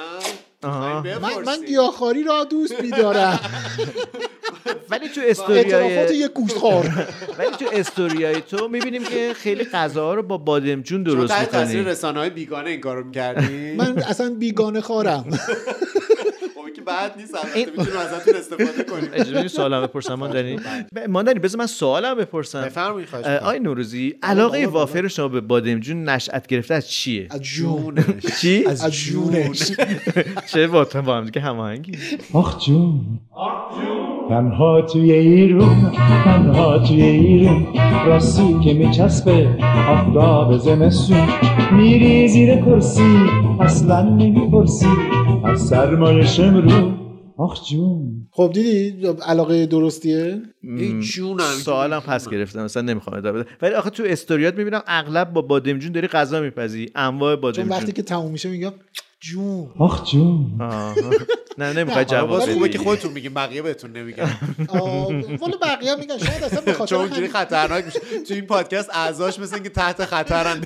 من گیاهخواری را دوست می‌دارم ولی تو استوریای یک گوشتخوار ولی تو استوریای تو می‌بینیم که خیلی غذاها رو با بادمجون درست می‌کنی. تو تاثیر رسانه‌های بیگانه این کارو می‌کردی؟ من اصلا بیگانه خورم. که بعد نیست البته میتونیم ازتون استفاده کنیم. اجازه سوالم بپرسم ماندنی بذار من سوالم بپرسم. بفرمایید. آقای نوروزی، علاقه وافر شما به بادمجون نشأت گرفته از چیه؟ از جونش. چی؟ از جونش. چه با هم دیگه هماهنگی. آخ جون تنها توی ایرون، تنها توی ایرون، راستی که میچسبه آفتاب زمستون، میری زیر کرسی اصلا نمیپرسی از سرمایه شمرون. آخ جون. خب دیدی علاقه درستیه؟ سوالم پس گرفتم مثلا نمیخوام ادامه بدم، ولی آخه تو استوریات میبینم اغلب با بادمجون داری غذا میپزی، انواع بادمجون. چون وقتی که تموم میشه میگم جون. آخ جون. نه نمیخوای جواب بدی. خوبه که خودتون میگین، بقیه بهتون نمیگن. والا بقیه میگن شاید اصلا به خاطر چون اینجوری خطرناک میشه. تو این پادکست اعضاش مثل که تحت خطرن،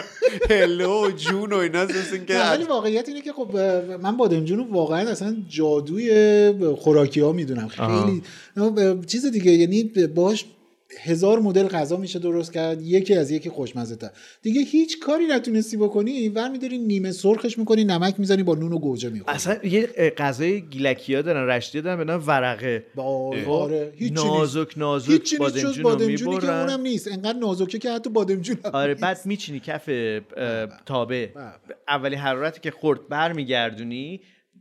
هلو جون و اینا مثل که. ولی واقعیت اینه که خب من بادمجون رو واقعا اصلا جادوی خوراکی‌ها میدونم. خیلی چیز دیگه، یعنی باش 1000 مدل غذا میشه درست کرد، یکی از یکی خوشمزه تر. دیگه هیچ کاری نتونستی بکنی، ورمی‌داری نیمه سرخش میکنی، نمک میزنی، با نون و گوجه میخوری. اصلا یه غذای گیلکی‌ها دارن، رشتی دارن به نام ورقه. آره نازک بادمجونی که اونم نیست، انقدر نازکه که حتی بادمجون. آره بعد میچینی کف تابه، اولی حرارتی که خورد برمیگردونی،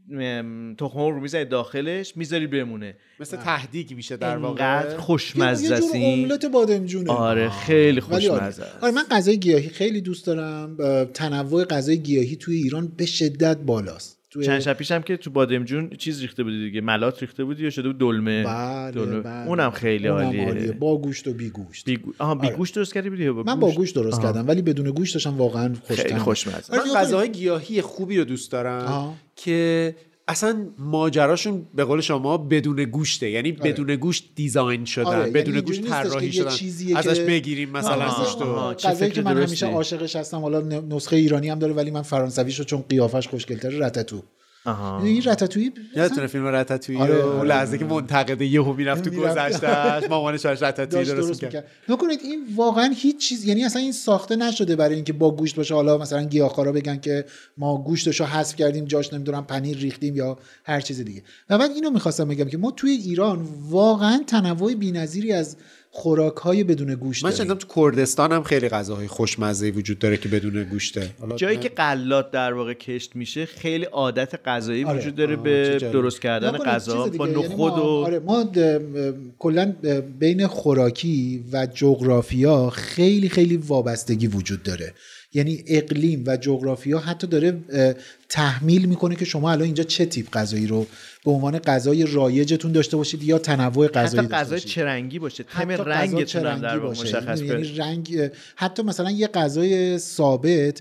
تخم رو میذاری داخلش، میذاری بمونه، مثل تهدیگ میشه در واقع. اینقدر خوشمزه است این املت بادمجونه. آره خیلی خوشمزه. آره من غذای گیاهی خیلی دوست دارم. تنوع غذای گیاهی توی ایران به شدت بالاست. چند شب پیشم که تو بادمجون چیز ریخته بودی دیگه، ملات ریخته بودی یا شده بود دلمه. بله. اونم خیلی عالیه. با گوشت و بی گوشت. بی گوشت درست کردی بودی؟ من با گوشت درست کردم ولی بدون گوشت داشتم واقعا خوشمزه. من غذاهای گیاهی خوبی رو دوست دارم که اصلا ماجراشون به قول شما بدون گوشته، یعنی بدون گوشت دیزاین شدن، بدون گوشت طراحی شدن، ازش بگیریم مثلا گوشتو. غذایی که من همیشه عاشقش هستم، حالا نسخه ایرانی هم داره ولی من فرانسویشو چون قیافش خوشگل‌تره، رتاتو. این رتاتویی یادتونه فیلم رتاتویی؟ اون لحظه که منتقده یهو میرفت تو گذشته‌اش، مامانش براش رتاتویی درست می‌کرد. نکنید این واقعا هیچ چیز، یعنی اصلا این ساخته نشده برای اینکه با گوشت باشه. حالا مثلا گیاهخوارا بگن که ما گوشتشو حذف کردیم، جاش نمیدونم پنیر ریختیم یا هر چیز دیگه. و بعد اینو می‌خواستم بگم که ما توی ایران واقعا تنوع بی‌نظیری از خوراک‌های بدون گوشت. من شنیدم تو کردستان هم خیلی غذاهای خوشمزه‌ای وجود داره که بدون گوشته. جایی که غلات در واقع کشت میشه خیلی عادت غذایی وجود داره به درست کردن غذا با نخود و ما کلا بین خوراکی و جغرافیا خیلی خیلی وابستگی وجود داره. یعنی اقلیم و جغرافیا حتی داره تحمیل میکنه که شما الان اینجا چه تیپ غذایی رو به عنوان غذای رایجتون داشته باشید یا تنوع غذایی داشته باشید. حتی غذای چه رنگی باشه، تم رنگتون هم در واقع مشخص بشه. یعنی رنگ، حتی مثلا یه غذای ثابت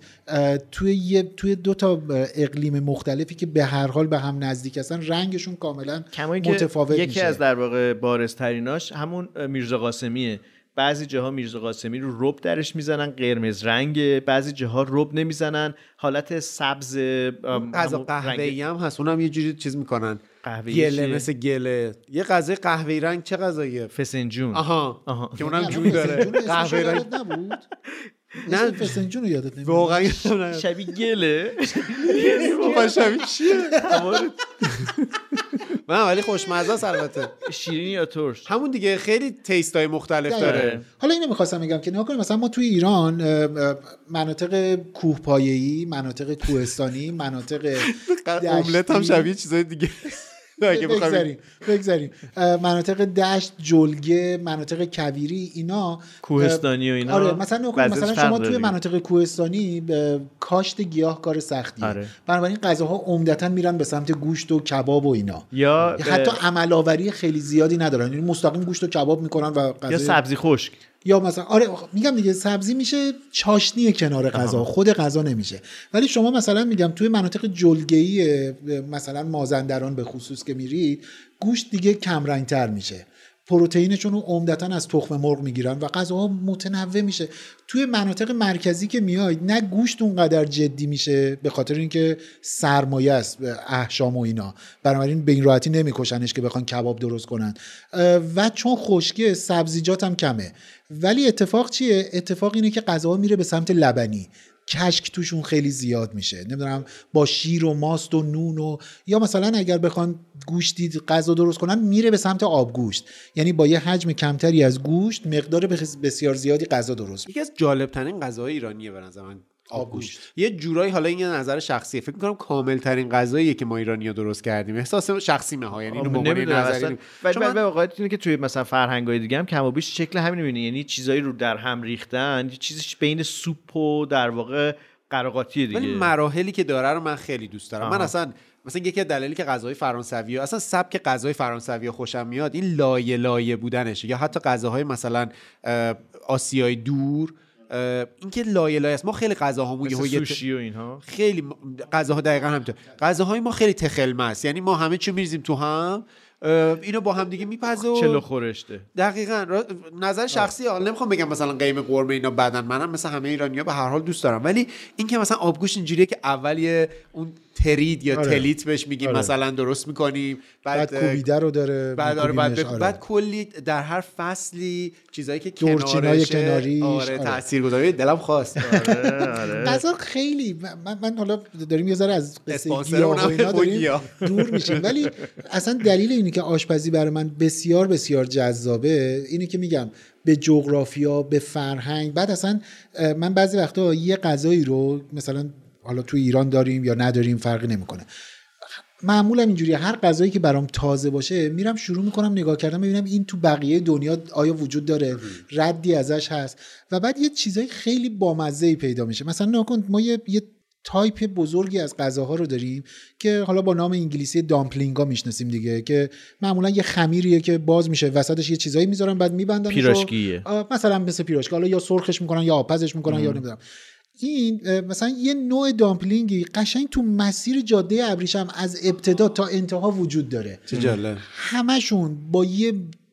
توی دو تا اقلیم مختلفی که به هر حال به هم نزدیک هستن، رنگشون کاملا متفاوت میشه. یکی از در واقع بارزتریناش همون میرزا قاسمیه. بعضی جاها میرزا قاسمی رو رب درش میزنن قرمز رنگ، بعضی جاها رب نمیزنن، حالت سبز. غذا قهوه‌ای هم هست، اونم یه جوری چیز میکنن، گله مثل گله. یه غذای قهوه‌ای رنگ چه غذاییه؟ فسنجون. آها. که اونم جون داره. قهوه‌ای رنگ نبود. نه فسنجون رو یادت نمیاد واقعا شبیه گله واقعا شبیه چیه من ولی خوشمزه است البته. شیرین یا ترش؟ همون دیگه، خیلی تیستای مختلف داره. حالا اینو می‌خواستم بگم که نگاه کنید مثلا ما توی ایران مناطق کوهپایه‌ای، مناطق کوهستانی، مناطق املت هم شبیه چیزای دیگه بگذاریم مناطق دشت، جلگه، مناطق کویری، اینا کوهستانی و اینا. آره مثلا شما توی مناطق کوهستانی کاشت گیاه کار سختیه. آره. بنابراین غذاها عمدتاً میرن به سمت گوشت و کباب و اینا، یا حتی عمل آوری خیلی زیادی ندارن، یعنی مستقیم گوشت و کباب میکنن و یا سبزی خشک، یا مثلا آره میگم دیگه سبزی میشه چاشنی کنار غذا، خود غذا نمیشه. ولی شما مثلا میگم توی مناطق جلگه‌ای مثلا مازندران به خصوص که میرید، گوشت دیگه کم رنگ‌تر میشه، پروتئینشون رو عمدتاً از تخم مرغ میگیرن و غذاها متنوع میشه. توی مناطق مرکزی که میاید نه گوشت اونقدر جدی میشه به خاطر اینکه سرمایه است، احشام و اینا، بنابراین به این راحتی نمیکشنش که بخوان کباب درست کنن و چون خشکه سبزیجات هم کمه. ولی اتفاق چیه؟ اتفاق اینه که غذاها میره به سمت لبنی، کشک توشون خیلی زیاد میشه، نمیدونم با شیر و ماست و نون و یا مثلا اگر بخوان گوشتی غذا درست کنن میره به سمت آبگوشت، یعنی با یه حجم کمتری از گوشت مقدار بسیار زیادی غذا درست. یکی از جالب ترین غذاهای ایرانیه به نظر من آبگوشت. یه جورایی، حالا این یه نظر شخصیه، فکر می‌کنم کامل ترین غذاییه که ما ایرانی‌ها درست کردیم، احساس شخصی مه، یعنی اینو به عنوان نظری. ولی واقعیت اینه که توی مثلا فرهنگ‌های دیگه هم کم و بیش شکل همین می‌بینی، یعنی چیزایی رو در هم ریختن، یه چیزی بین سوپ و در واقع قراقاتی دیگه. ولی مراحلی که داره رو من خیلی دوست دارم. من مثلا یکی از دلایلی که غذاهای فرانسوی اصلا سبک غذای فرانسوی خوشم میاد این لایه لایه بودنشه، یا حتی غذاهای مثلا آسیای دور، این که لایه لایه است. ما خیلی غذاهامون سوشی و اینها، خیلی غذاها دقیقاً همینطور، غذاهای ما خیلی تخلمه است، یعنی ما همه چی میریزیم تو هم، اینو با هم دیگه میپزه و چلو خورشته. دقیقاً نظر شخصی، حالا نمیخوام بگم مثلا قیم قرمه اینا بدن، منم مثل همه ایرانی‌ها به هر حال دوست دارم، ولی این که مثلا آبگوشت اینجوریه که اولی اون ترید یا تلیت بهش میگیم مثلا درست میکنیم، بعد کوبیده رو داره، بعد کلی در هر فصلی چیزایی که کنارش تاثیرگذاره. دلم خواست غذا خیلی من حالا داریم یه ذره از قصه گیاه و اینا داریم دور میشیم، ولی اصلا دلیل اینه که آشپزی برای من بسیار بسیار جذابه اینه که میگم به جغرافیا، به فرهنگ. بعد اصلا من بعضی وقتا یه غذایی رو مثلا حالا تو ایران داریم یا نداریم فرقی نمیکنه، معمولا اینجوریه هر غذایی که برام تازه باشه میرم شروع میکنم نگاه کردن ببینم این تو بقیه دنیا آیا وجود داره، ردی ازش هست، و بعد یه چیزای خیلی بامزه‌ای پیدا میشه. مثلا نکن ما یه تایپ بزرگی از غذاها رو داریم که حالا با نام انگلیسی دامپلینگا میشناسیم دیگه، که معمولا یه خمیریه که باز میشه، وسطش یه چیزایی میذارن بعد میبندن، پیراشکیه مثلا مثل پیراشکی، حالا یا سرخش میکنن یا آبپزش میکنن یا نمیدونم. این مثلا یه نوع دامپلینگی قشنگ تو مسیر جاده ابریشم از ابتدا تا انتها وجود داره. چه جالب. همشون با یه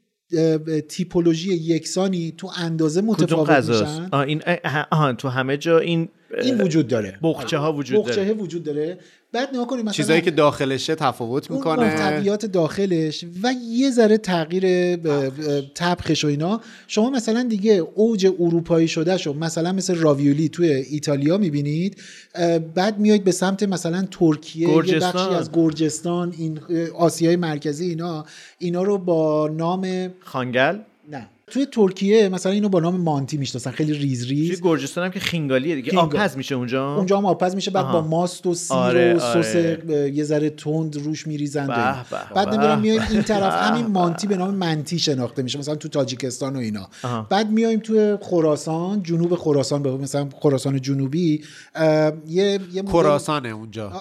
تیپولوژی یکسانی تو اندازه متفاوت میشن. این تو همه جا این وجود داره، بقچه ها وجود داره. بعد نگاه کنیم مثلا چیزایی که داخلشه تفاوت میکنه، محتویات داخلش و یه ذره تغییر طبخش و اینا. شما مثلا دیگه اوج اروپایی شده شو مثلا مثل راویولی توی ایتالیا میبینید، بعد میایید به سمت مثلا ترکیه، یه بخشی از گرجستان، این آسیای مرکزی، اینا رو با نام خانگل، نه توی ترکیه مثلا اینو با نام مانتی میشناسن، خیلی ریز ریز. توی گرجستان هم که خینگالیه دیگه، آبپز میشه اونجا هم آبپز میشه، بعد با ماست و سیر و سس یه ذره تند روش میریزن. بعد نمیدونم میایم این طرف همین مانتی به نام منتی شناخته میشه مثلا تو تاجیکستان و اینا. بعد میایم توی خراسان، جنوب خراسان، مثلا خراسان جنوبی یه خراسانه اونجا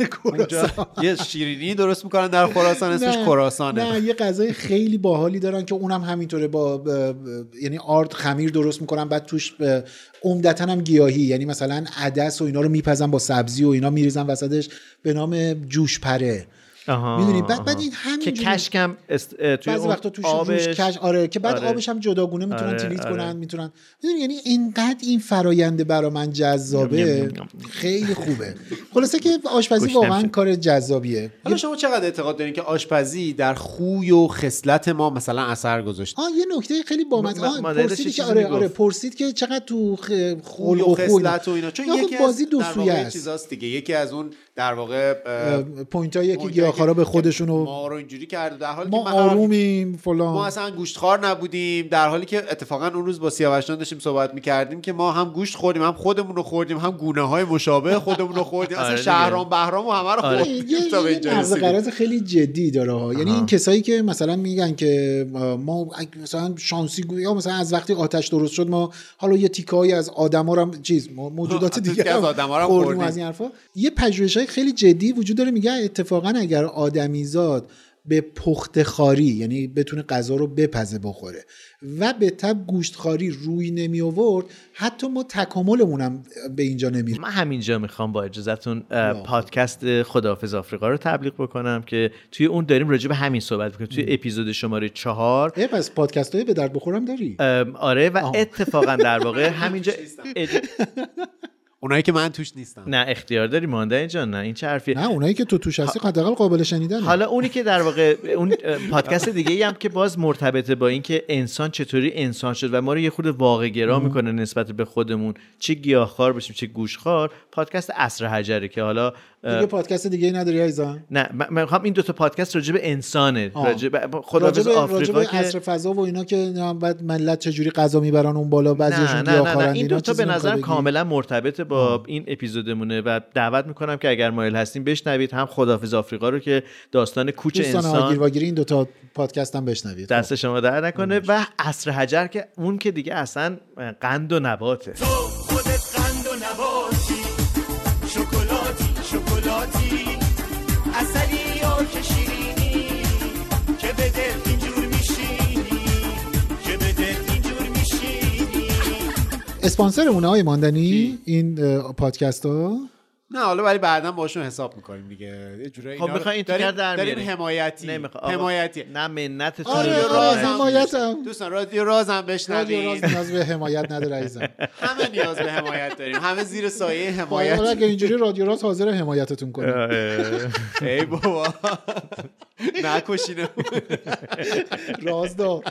یه شیرینی درست میکنن در خراسان اسمش خراسانه. نه یه غذای خیلی باحالی دارن که اونم همینطوره، با یعنی آرد خمیر درست میکنن، بعد توش عمدتاً هم گیاهی، یعنی مثلا عدس و اینا رو میپزن با سبزی و اینا میریزن وسطش، به نام جوش پره. میدونی بعد این همین که کشکم توی بعضی وقتا توش آبش کش که بعد آبش هم جداگونه میتونن تریت کنن میتونن میدونی. یعنی اینقدر این فراینده برای من جذابه، خیلی خوبه. خلاصه که آشپزی واقعا کار جذابیه. حالا شما چقدر اعتقاد دارین که آشپزی در خوی و خصلت ما مثلا اثر گذاشته؟ یه نکته خیلی بامزه پرسید که آره پرسید که چقدر تو خوی و خصلت و اینا، چون یکی بازی دو سویه است چیزاست دیگه. یکی از اون در واقع پوینتایی که گیاهخوارا به خودشونو ما رو اینجوری کرده در حالی ما آرومیم فلان، ما اصلا گوشتخوار نبودیم، در حالی که اتفاقا اون روز با سیاوشان داشتیم صحبت می‌کردیم که ما هم گوشت خوردیم، هم خودمون رو خوردیم، هم گونه‌های مشابه خودمون رو خوردیم. اصلا شهرام بهرام و همه رو خوردیم. یه قرض خیلی جدی داره. یعنی این کسایی که مثلا میگن که ما مثلا شانسی یا مثلا از وقتی آتش درست شد ما حالا یه تیکه‌ای از آدما رو موجودات دیگه از آدما رو خوردیم، از این حرفا، یه پژوهش‌های خیلی جدی وجود داره میگه اتفاقا اگر آدمیزاد به پخته‌خواری، یعنی بتونه غذا رو بپزه بخوره و به تبع گوشتخواری روی نمی آورد، حتی ما تکاملمون هم به اینجا نمیره. من همینجا میخوام با اجازهتون پادکست خداحافظ آفریقا رو تبلیغ بکنم که توی اون داریم راجع به همین صحبت میکنیم. توی اپیزود شماره 4 پس پادکست‌های به درد بخورم داری؟ آره و اتفاقا در واقع همینجا اونایی که من توش نیستم. نه اختیار داری ماندنی جان، نه این چه حرفیه. نه اونایی که تو توش هستی حداقل قابل شنیدنه. حالا اونی که در واقع اون پادکست دیگه‌ای هم که باز مرتبطه با این که انسان چطوری انسان شد و ما رو یه خورده واقع گرا میکنه نسبت به خودمون، چه گیاهخوار باشیم چه گوشتخوار، پادکست عصر حجره که حالا دیگه پادکست دیگه نداری عزیزم؟ نه من میخوام این دو تا پادکست راجع به انسانه، راجع به خداحافظ آفریقا که عصر فضا و اینا که بعد ملت چجوری غذا میبرن اون بالا، بعضیشون گیاهخوارن. این دو تا به نظر کاملا مرتبط با این اپیزودمونه و دعوت میکنم که اگر مایل هستین بشنوید، هم خداحافظ آفریقا رو که داستان کوچ انسان آگیر واگیر، این دو تا پادکست هم بشنوید، دست شما در نکنه. و عصر حجر که اون که دیگه اصلا قند و نباته. تو خودت قند و نباتی، شکلاتی عسلی یا که شیرینی، که به دل اینجور میشینی، که به دل اینجور میشینی. اسپانسر اونه های ماندنی این پادکست ها؟ نه حالا ولی بعداً باشون حساب میکنیم دیگه. یه جورایی خب میخوای این داریم حمایتی نه منتتون حمایتم. دوستان رادیو رازم بشنوید. رادیو راز نیاز به حمایت نداره عزیزم. همه نیاز به حمایت داریم، همه زیر سایه حمایت. حالا اگه اینجوری رادیو راز حاضر حمایتتون کنه. ای بابا نکشینه رازدار.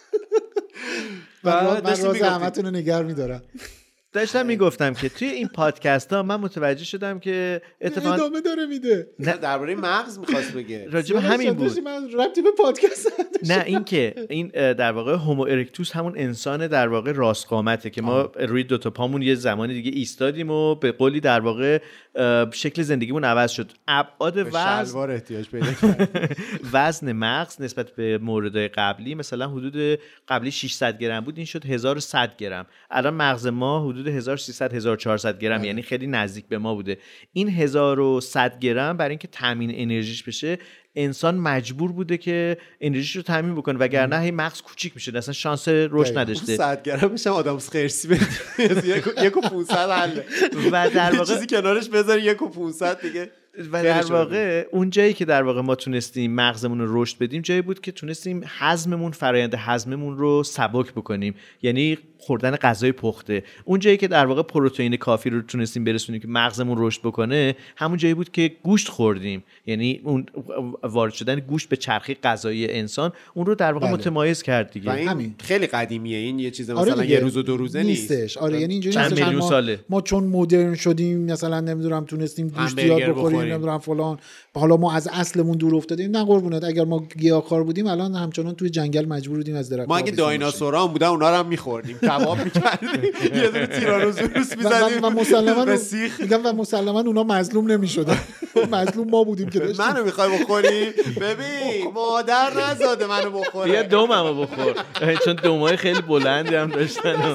من راز همتون رو نگه میدارم. داشتم میگفتم که توی این پادکست ها من متوجه شدم که اتفاقا ادامه داره میده. نه درباره مغز می‌خواست بگه. راجع به همین بود. من ربطی به پادکست نه این که این در واقع هومو ارکتوس همون انسان در واقع راست قامته که ما روی دو تا پامون یه زمانی دیگه ایستادیم و به قولی در واقع شکل زندگیمون عوض شد. ابعاد وزن شلوار احتیاج پیدا کرد. وزن مغز نسبت به موردهای قبلی مثلا حدود قبلی 600 گرم بود، این شد 1100 گرم. الان مغز ما حدود 1300 1400 گرم، یعنی خیلی نزدیک به ما بوده. این 1100 گرم برای اینکه تامین انرژیش بشه انسان مجبور بوده که انرژیش رو تامین بکنه، وگرنه هی مغز کوچیک میشه، اصلا شانس رشد نداشته. 100 گرمش هم آدم خرسی بده 1.500 حله و در واقع چیزی کنارش بذاری 1.500 دیگه. و در واقع اون جایی که در واقع ما تونستیم مغزمون رو رشد بدیم جایی بود که تونستیم هضممون، فرآیند هضممون رو سبک بکنیم، یعنی خوردن غذای پخته. اون جایی که در واقع پروتئین کافی رو تونستیم برسونیم که مغزمون رشد بکنه همون جایی بود که گوشت خوردیم، یعنی اون وارد شدن گوشت به چرخه غذایی انسان اون رو در واقع متمایز کرد دیگه. همین خیلی قدیمیه، این یه چیز مثلا یه روز و دو روزه نیستش. آره یعنی اینجوری چند میلیون ساله ما چون مدرن شدیم مثلا نمیدونم تونستیم گوشت زیاد بخوریم، نمیدونم فلان، حالا ما از اصلمون دور افتادیم. نه قربونت، اگر ما گیاهخوار بودیم الان همچنان توی جنگل مجبور بودیم از درخت. ما اگه دایناسورا هم بودن اونا رو هم می‌خوردیم، کباب می‌کردیم، یه دونه تیرانوزوروس می‌زدیم و مسلماً اونا مظلوم نمی‌شدن. مظلوم ما بودیم که داشتیم. منو می‌خوای بخوری؟ ببین مادر نزاده منو بخوره. بیا دوممو بخور، چون دومای خیلی بلندی هم داشتن.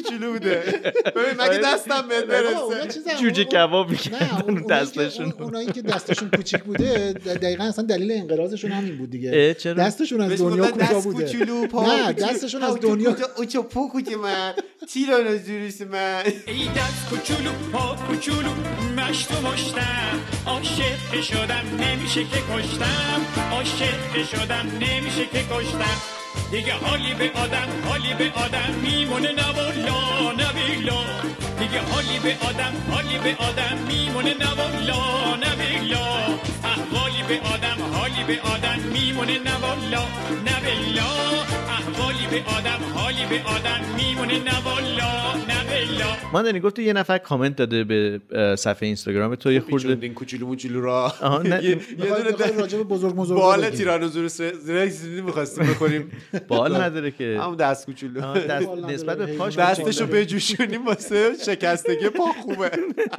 کوچولو بوده. ببین مگه دستم بهت برسه جوجه کباب می‌کردن دستشون. اونایی که دستشون کوچیک بوده دقیقاً اصلا دلیل انقراضشون همین بود دیگه. دستشون از دنیا کوتاه بوده. نه دستشون از دنیا اوچو پوکوتی من تیرانو زوریس من ای دست کوچولو پا کوچولو مشت و مشتم عاشق شدم نمیشه که کشتم عاشق شدم نمیشه که کشتم دیگه حالی به آدم میمونه نه والا نه بیلا دیگه حالی به آدم میمونه نه والا نه بیلا احوالی به آدم میمونه نه والا نه بیلا احوالی به آدم میمونه نه والا نه بیلا. من دنی گفت یه نفر کامنت داده به صفحه اینستاگرام تو یه خورده این کوچولو موچولو را یه دونه راجع به بزرگ بال تیرانوزوروس رکس می‌خواستیم بخوریم بال نداره که همون دست کوچولو نسبت به پاش دستشو بجوشونیم واسه شکستگی پا خوبه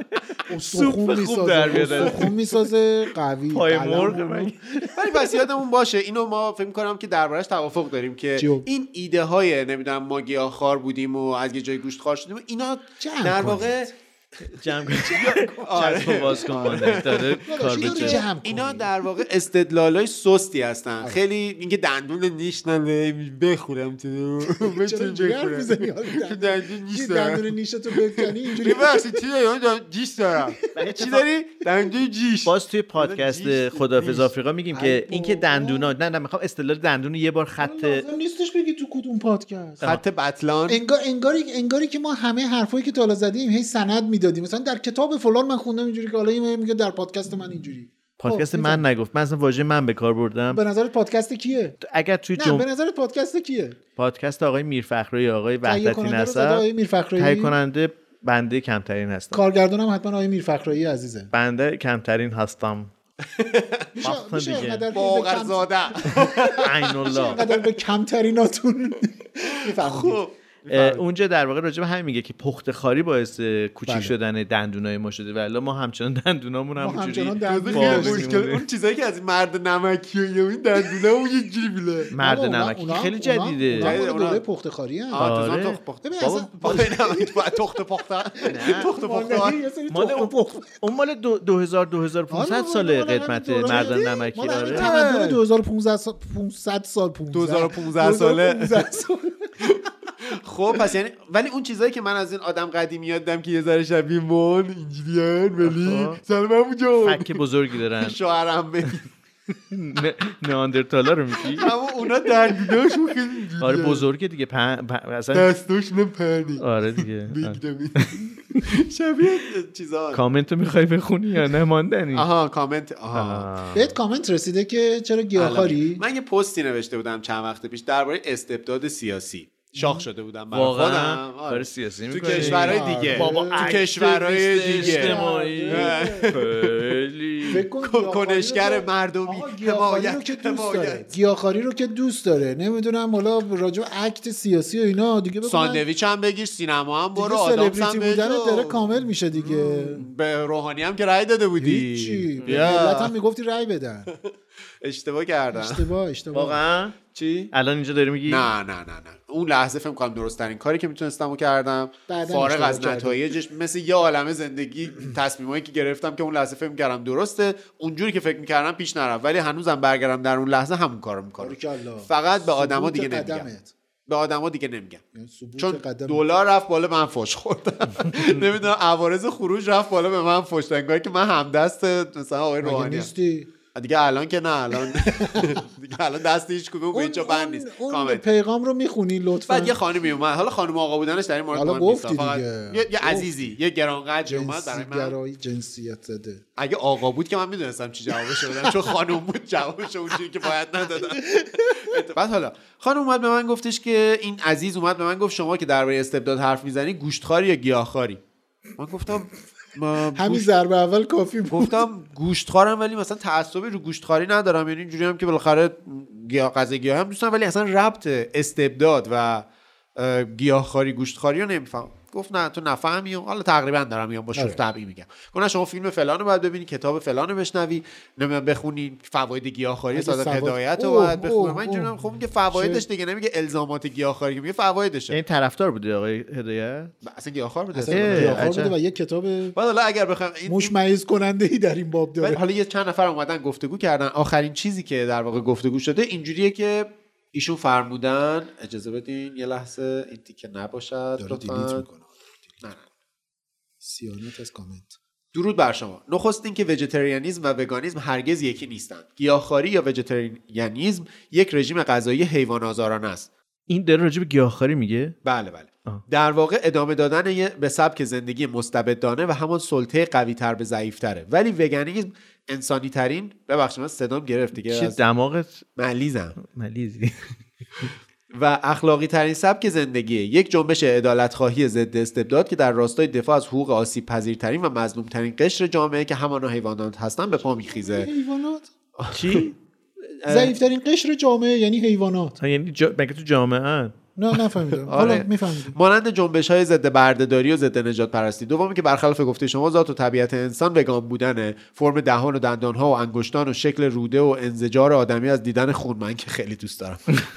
سوپ خوب در میاد خون میسازه قوی پای مرغ. ولی پس یادمون باشه اینو ما فکر می‌کنم که دربارش توافق داریم که این ایده های نمیدونم ما گیاهخوار بودیم و از یه جای گوشتخوار شدیم اینا در واقع جمع کنید باز کن داره کار بچه اینا در واقع استدلالای سستی هستن. خیلی اینکه دندون نیش نداره بخورم تو بتونی بخورم دندون نیش دندون نیشتو بکنی اینجوری ببخشید جیش دارم چی داری دندون جیش. باز توی پادکست خداحافظ آفریقا میگیم که اینکه دندونا نه میخوام اصطلاح دندون یه بار خط نیستش بگی تو کدوم پادکست خط بتلان انگاری که ما همه حرفایی که تا حالا زدیم هی سند دادیم مثلا در کتاب فلان من خوندم اینجوری که حالا این میگه در پادکست من اینجوری. پادکست من نگفت، من اصلا واژه من به کار بردم. به نظرت پادکست کیه؟ اگر توی به نظرت پادکست کیه؟ پادکست آقای میرفخرایی، آقای وحدتی نسب. تهیه کننده بنده کمترین هستم. کارگردانم حتما آقای میرفخرایی عزیزه. بنده کمترین هستم. میشه باقرزاده عین الله اینقدر به کمتریناتون خوب. اونجا در واقع راجع به همین میگه که پخت خاری باعث کوچیک شدن دندونای ما شده ولی ما همچنان دندونامون همونجوری اون چیزایی که از مرد نمکی و این دندونامون اینجوری بله. مرد نمکی خیلی جدیده. اونا دوره پخت خاری ان. آره. ببین اصلا تخت اون مال 2500 سال قدمت مرد نمکی. آره تمدن 2500 سال 2015 ساله. خب پس یعنی ولی اون چیزایی که من از این آدم قدیمی یادم که یه ذره شبیه من اینجوریان ولی سلام اونجا فک بزرگی دارن شوهرم بگی نئاندرتالا رو میگی اما اونا دندوناشون خیلی اینجوریه آره بزرگه دیگه اصلا دستاشون پرنی آره دیگه شبیه چیزا. کامنتو میخوای بخونی یا نه ماندنی؟ آها کامنت بهت کامنت رسیده که چرا گیاهخواری؟ من یه پستی نوشته بودم چند وقت پیش درباره استبداد سیاسی شاخ شده بودم برای خودم کار سیاسی تو کشورهای دیگه تو کشورهای دیگه اجتماعی خیلی کنشگر مردمی گیاهخواری رو که دوست داره نمیدونم حالا راجع به اکت سیاسی و اینا دیگه بگو ساندویچ هم بگیر سینما هم برو آدم هم بودن داره کامل میشه دیگه. به روحانی هم که رأی داده بودی هیچی ملت هم میگفتی رأی بدن. اشتباه کردن. اشتباه واقعا چی؟ الان اینجا داری میگی؟ نه اون لحظه فکر کنم درست ترین کاری که میتونستم کردم فارغ از نتایجش مثل یه عالمه زندگی تصمیمایی که گرفتم که اون لحظه فکر می‌کردم درسته اونجوری که فکر می‌کردم پیش نرفت ولی هنوزم برگردم در اون لحظه همون کارو می‌کنم. فقط به آدما دیگه نمیگم. به آدما دیگه نمیگم چون دلار رفت بالا من فوش خوردم. نمیدونم عوارض خروج رفت بالا به من فوش دادن کاری که من همدست مثلا آقای روحانی دیگه الان که نه الان دیگه الان دست هیچ کدوم به هیچ بند نیست. اون پیغام رو میخونی لطفا. بعد یه خانمی اومد حالا خانم آقا بودنش در این مورد حالا گفتی دیگه یه عزیزی یه گرانقدری اومد برای من گرایی جنسیت زده. اگه آقا بود که من میدونستم چی جوابش بدم چون خانم بود جوابش اونجوری که باید ندادم. بعد حالا خانم اومد به من گفتش که این عزیز اومد به من گفت شما که درباره استبداد حرف میزنی گوشتخواری یا گیاهخواری؟ من گفتم همین ضربه اول کافی بود. گفتم گوشتخوارم ولی مثلا تعصبی رو گوشتخواری ندارم یعنی اینجوری هم که بالاخره غذای گیاه هم دوستم ولی اصلا ربط استبداد و گیاهخواری گوشتخواری رو نمیفهم. گفت نه تو نفهمی، حالا تقریبا دارم میگم با شوخ طبعی میگم، گفت شما فیلم فلانو باید ببینی، کتاب فلانو بشنوی، نمیدونم بخونی فواید گیاهخواری صادق هدایت رو باید بخونی. من اینجوریام خب میگه فوایدش دیگه، نمیگه الزامات گیاهخواری، میگه فوایدشه. این طرفدار بوده آقای هدایت؟ اصلا گیاهخوار بوده، گیاهخوار بوده و یک کتاب حالا اگر بخوام مشمئز کننده ای در این باب داره. حالا یه چند نفر اومدن گفتگو کردن، آخرین چیزی که در واقع گفتگو شده اینجوریه که ایشون فرمودن، اجازه بدین یه لحظه این تیکه نباشد لطفاً. نه سیانت از کامنت. درود بر شما. نخست این که وجتریانیسم و وگانیسم هرگز یکی نیستند. گیاهخواری یا وجتریانیسم یک رژیم غذایی حیوان آزارانه است. این داره راجع به گیاهخواری میگه؟ بله. در واقع ادامه دادن به سبک زندگی مستبدانه و همون سلطه قوی تر به ضعیف تره. ولی وگانیسم انسانی ترین، ببخشید من صدام گرفت دیگه، چه دماغت ملیزی و اخلاقی ترین سبک زندگیه. یک جنبش عدالت‌خواهی ضد استبداد که در راستای دفاع از حقوق آسیب پذیرترین و مظلوم ترین قشر جامعه که همانا حیوانات هستن به پا میخیزه. حیوانات؟ چی؟ ضعیف ترین قشر جامعه یعنی حیوانات. یعنی مگه تو جامعه؟ نه نفهمیدم. حالا میفهمیدم. مانند جنبش‌های ضد بردهداری و ضد نجات پرستی. دومی که برخلاف گفته شما ذات و طبیعت انسان وگان بودنه. فرم دهان و دندان‌ها و انگشتان و شکل روده و انزجار آدمی از دیدن خون من که خیلی دوست دارم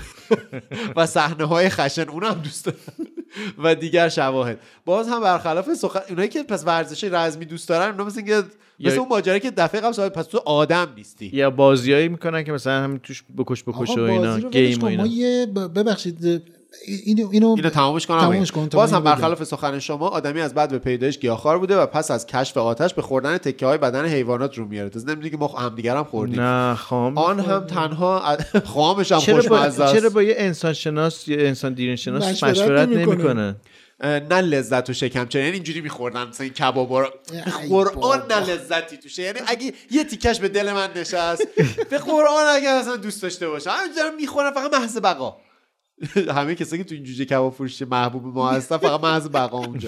و صحنه‌های خشن اونم دوست دارم و دیگر شواهد. باز هم برخلاف اونایی که پس ورزش رزمی دوست دارن، اونا مثل اون ماجرا که دفعه قبل سوال پس تو آدم نیستی، یا بازیایی میکنن که مثلا همین توش بکش و اینا، گیم و اینا. ببخشید اینو تمامش کنم. باز هم برخلاف سخن شما، آدمی از بعد به پیدایش گیاهخوار بوده و پس از کشف آتش به خوردن تکه‌های بدن حیوانات رو میاره. از نمیدونی که ما همدیگر هم خوردیم. نه خام آن هم تنها خامش هم خوشمزه است. چرا با یه انسان شناس یا انسان دیرین شناس مشورت نمیکنه؟ نه لذت و شکم یعنی اینجوری میخوردن مثلا این کبابا رو. قرآن نه لذتی توشه، یعنی اگه یه تیکش به دل من نشست به قرآن اگه اصلا دوست داشته باشم همینجوری میخورن فقط محض بقا. همه کسایی که تو این جوجه کباب فروشی محبوب ما هستن فقط محض بقا اونجا.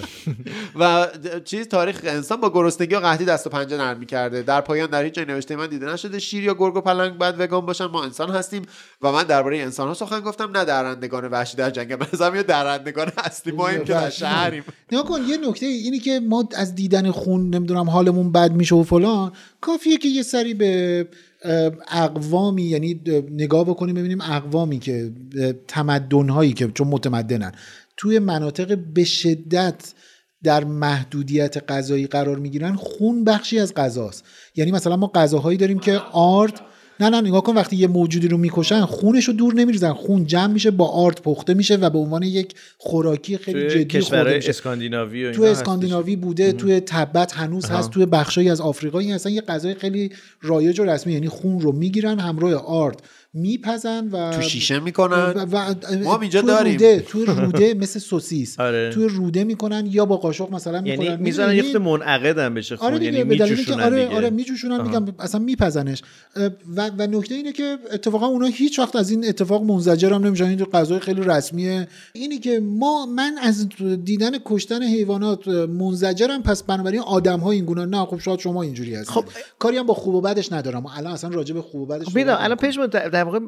و چیز تاریخ انسان با گرسنگی و قحطی دست و پنجه نرم می‌کرده. در پایان در هیچ جای نوشته من دیده نشده شیر یا گرگ و پلنگ باید وگان باشن. ما انسان هستیم و من درباره انسان‌ها سخن گفتم، نه درندگان وحشی در جنگ. مثلا یا درندگان اصلی ما این که در شهریم. نگاه کن یه نکته اینی که ما از دیدن خون نمیدونم حالمون بد میشه و فلان، کافیه که یه سری به اقوامی یعنی نگاه بکنیم ببینیم اقوامی که تمدن‌هایی که چون متمدنن توی مناطق به شدت در محدودیت غذایی قرار میگیرن، خون بخشی از غذاست. یعنی مثلا ما غذاهایی داریم که آرد نه نگاه کن وقتی یه موجودی رو میکشن خونش رو دور نمیریزن، خون جمع میشه با آرد پخته میشه و به عنوان یک خوراکی خیلی جدی خورده میشه. اسکاندیناوی و تو اسکاندیناوی بوده، توی تبت هنوز هست، توی بخشایی از آفریقا این اصلا یه غذای خیلی رایج و رسمی. یعنی خون رو میگیرن همراه آرد میپزن و تو شیشه میکنن و ما اینجا داریم توی روده مثل سوسیس آره. توی روده میکنن یا با قاشق مثلا میکنن، یعنی میذارن یه خود منعقد هم بشه خون. آره یعنی میجوشونن آره میجوشونن میگم اصلا میپزنش. و نکته اینه که اتفاقا اونا هیچ وقت از این اتفاق منزجر هم نمیشن. این غذای خیلی رسمیه. اینی که من از دیدن کشتن حیوانات منزجرم، پس بنابراین آدم‌ها این گونه نه. خب شاید شما اینجوری هستید. خب کاری هم با خوب و بدش ندارم. الان اصلا راجع به خوب و بدش الان پیش در واقع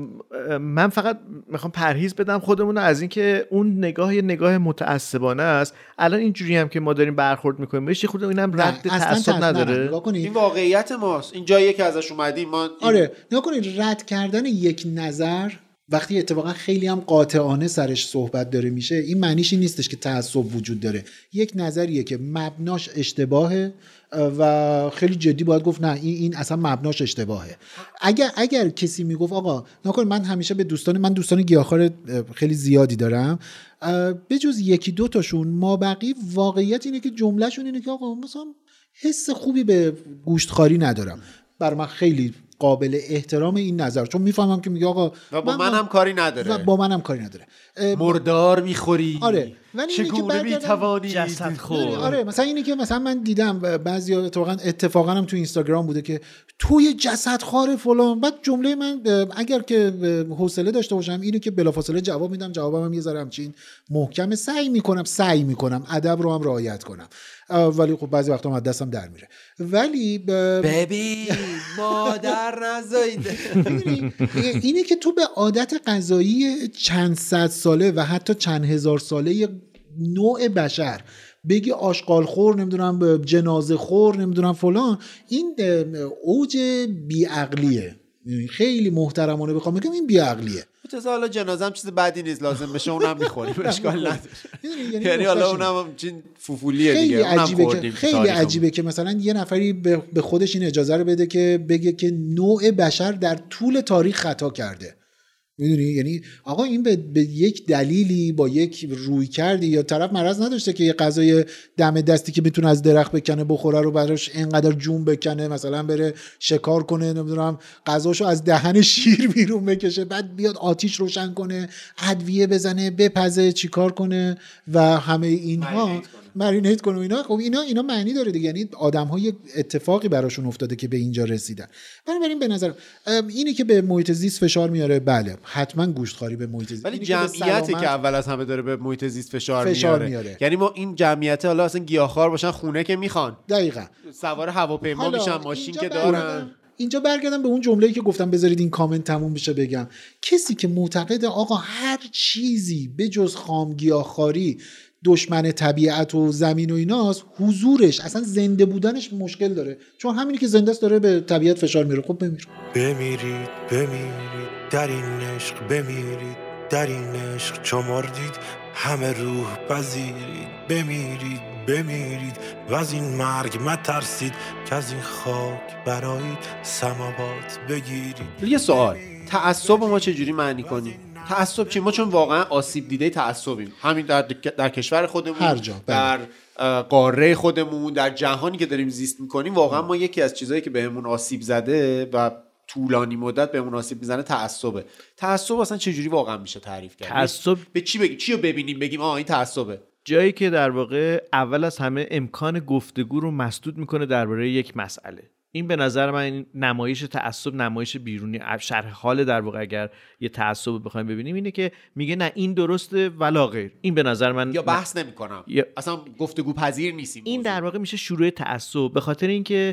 من فقط میخوام پرهیز بدم خودمون از این که اون نگاه متعصبانه است. الان اینجوری هم که ما داریم برخورد میکنیم بهش خود اینم رد تعصب نداره. این واقعیت ماست. این جاییه که ازش اومدیم ما. آره نگاه کنید، رد کردن یک نظر وقتی اتفاقا خیلی هم قاطعانه سرش صحبت داره میشه، این معنیش این نیستش که تعصب وجود داره. یک نظریه که مبناش اشتباهه و خیلی جدی باید گفت نه این اصلا مبناش اشتباهه. اگر کسی میگفت آقا نکن، من همیشه به دوستان گیاهخوار خیلی زیادی دارم، به جز یکی دو تاشون ما بقی واقعیت اینه که جملهشون اینه که آقا مثلا حس خوبی به گوشتخواری ندارم. بر من خیلی قابل احترام این نظر، چون میفهمم که میگه آقا و با منم کاری نداره و با منم کاری نداره. مردار میخوری. آره چگونه میتوانی جسد خور. آره مثلا اینی که مثلا من دیدم بعضیا اتفاقا هم تو اینستاگرام بوده که توی جسد خور فلان، بعد جمله من اگر که حوصله داشته باشم اینو که بلافاصله جواب میدم، جوابم هم یه ذره همچین محکمه، سعی میکنم ادب رو هم رعایت کنم، ولی خب بعضی وقتا از دستم در میره. ولی ببین مادر نزایده اینه که تو به عادت غذایی چند صد ساله و حتی چند هزار ساله نوع بشر بگی آشغال خور، نمیدونم جنازه خور، نمیدونم فلان، این اوج بیعقلیه. خیلی محترمانه بخوام بگم این بیعقلیه. متأسفانه حالا جنازه هم چیز بدی نیست، لازم بشه اونم می‌خوریم، اشکال نداره. یعنی حالا اونم چین فوفولیه دیگه، اونم خوردیم. خیلی عجیبه که مثلا یه نفری به خودش این اجازه رو بده که بگه که نوع بشر در طول تاریخ خطا کرده. میدونی، یعنی آقا این به یک دلیلی با یک روی کردی، یا طرف مرض نداشته که یه غذای دم دستی که میتونه از درخت بکنه بخوره رو براش اینقدر جون بکنه، مثلا بره شکار کنه، نمیدونم غذاشو از دهن شیر بیرون بکشه، بعد بیاد آتیش روشن کنه، ادویه بزنه، بپزه، چیکار کنه و همه اینها مارینیت کنه اینا. خب اینا معنی داره دیگه، یعنی آدم‌ها یک اتفاقی براشون افتاده که به اینجا رسیدن. بنابراین به نظر اینی که به محیط زیست فشار میاره، بله حتما گوشتخواری به محیط زیست، ولی جمعیتی که اول از همه داره به محیط زیست فشار میاره. یعنی ما این جمعیت حالا اصلا گیاهخوار باشن، خونه که میخوان، دقیقاً سوار هواپیما میشن، ماشین که دارن. اینجا برگردم به اون جمله‌ای که گفتم بذارید این کامنت تموم بشه بگم، کسی که معتقد آقا هر چیزی به جز خامگیاهخواری دشمن طبیعت و زمین و ایناست، حضورش اصلا زنده بودنش مشکل داره، چون همینی که زنده است داره به طبیعت فشار میاره. خب بمیرید در این عشق، بمیرید در این عشق، چو مردید همه روح پذیرید. بمیرید و از این مرگ مترسید، که از این خاک برایید سماوات بگیرید. یه سوال، تعصب ما چجوری معنی کنیم؟ تعصب چی؟ ما چون واقعا آسیب دیده تعصبیم، همین در کشور خودمون، هر جا، در قاره خودمون، در جهانی که داریم زیست میکنیم، واقعا ما یکی از چیزایی که بهمون آسیب زده و طولانی مدت بهمون آسیب میزنه تعصبه. تعصب اصلا چجوری واقعا میشه تعریف کرد؟ تعصب به چی بگیم؟ چی رو ببینیم بگیم این تعصبه؟ جایی که در واقع اول از همه امکان گفتگو رو مسدود میکنه درباره یک مسئله. این به نظر من نمایش تعصب، نمایش بیرونی شرح حال در واقع اگر یه تعصب رو بخوایم ببینیم اینه که میگه نه این درسته ولا غیر. این به نظر من یا بحث نمی‌کنم، اصلا گفتگو پذیر نیستیم. این در واقع میشه شروع تعصب، به خاطر اینکه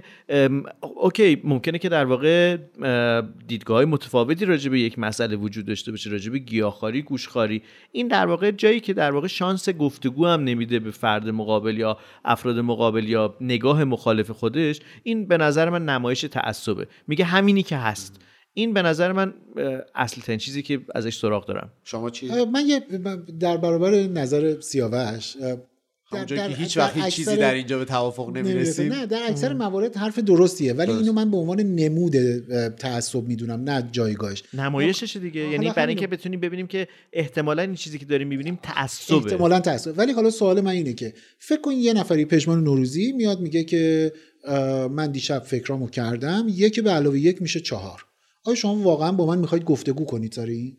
اوکی ممکنه که در واقع دیدگاه‌های متفاوتی راجع به یک مسئله وجود داشته باشه، راجع به گیاهخواری، گوشخواری. این در واقع جایی که در واقع شانس گفتگو هم نمیده به فرد مقابل یا افراد مقابل یا نگاه مخالف خودش. این به نظر من نمایش تعصبه، میگه همینی که هست. این به نظر من اصل ترین چیزی که ازش سراغ دارم. شما چی؟ من در برابر نظر سیاوش، همونجایی که هیچ وقت هیچ چیزی در اینجا به توافق نمیرسیم. نه در اکثر موارد حرف درستیه، ولی اینو من به عنوان نمود تعصب میدونم، نه جایگاهش. نمایشش دیگه، یعنی برای اینکه بتونیم ببینیم که احتمالاً این چیزی که داریم میبینیم تعصبه، احتمالاً تعصب. ولی حالا سوال من اینه که فکر کن یه نفری پژمان نوروزی میاد میگه که من دیشب فکرامو کردم، 1 به علاوه 1 میشه 4. آیا شما واقعا با من میخواید گفتگو کنید سر این؟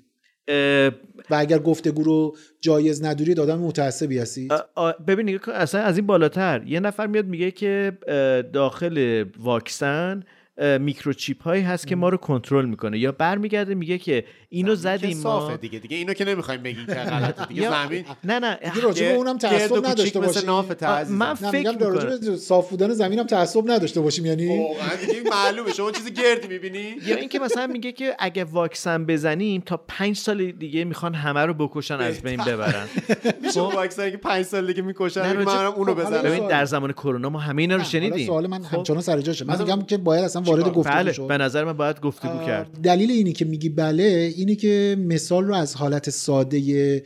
و اگر گفتگو رو جایز ندارید آدم متعصبی هستید؟ ببینید اصلا از این بالاتر یه نفر میاد میگه که داخل واکسن میکروچیپ هایی هست که ما رو کنترل میکنه، یا برمیگرده میگه که اینو زدیم ما دیگه اینو که نمیخوایم بگیم که غلطه دیگه، زمین نه راجع به اونم تعصب نداشته باشیم. من فکر میکنم راجع به صاف بودن زمینم تعصب نداشته باشیم، یعنی واقعا دیگه معلومه شما چیز گردی میبینی. یا اینکه مثلا میگه که اگه واکسن بزنیم تا 5 سال دیگه میخوان همه رو بکشن، از بین ببرن. شما واکسن که 5 سال دیگه میکشن، منم اونو بزنم. ببین در زمان کرونا ما همه اینا رو شنیدیم. سوال من همچنان سر جاشه. من میگم که باید اصلا وارد گفتگو شد. به نظر من باید گفتگو کرد. دلیل اینی که میگی بله اینی که مثال رو از حالت ساده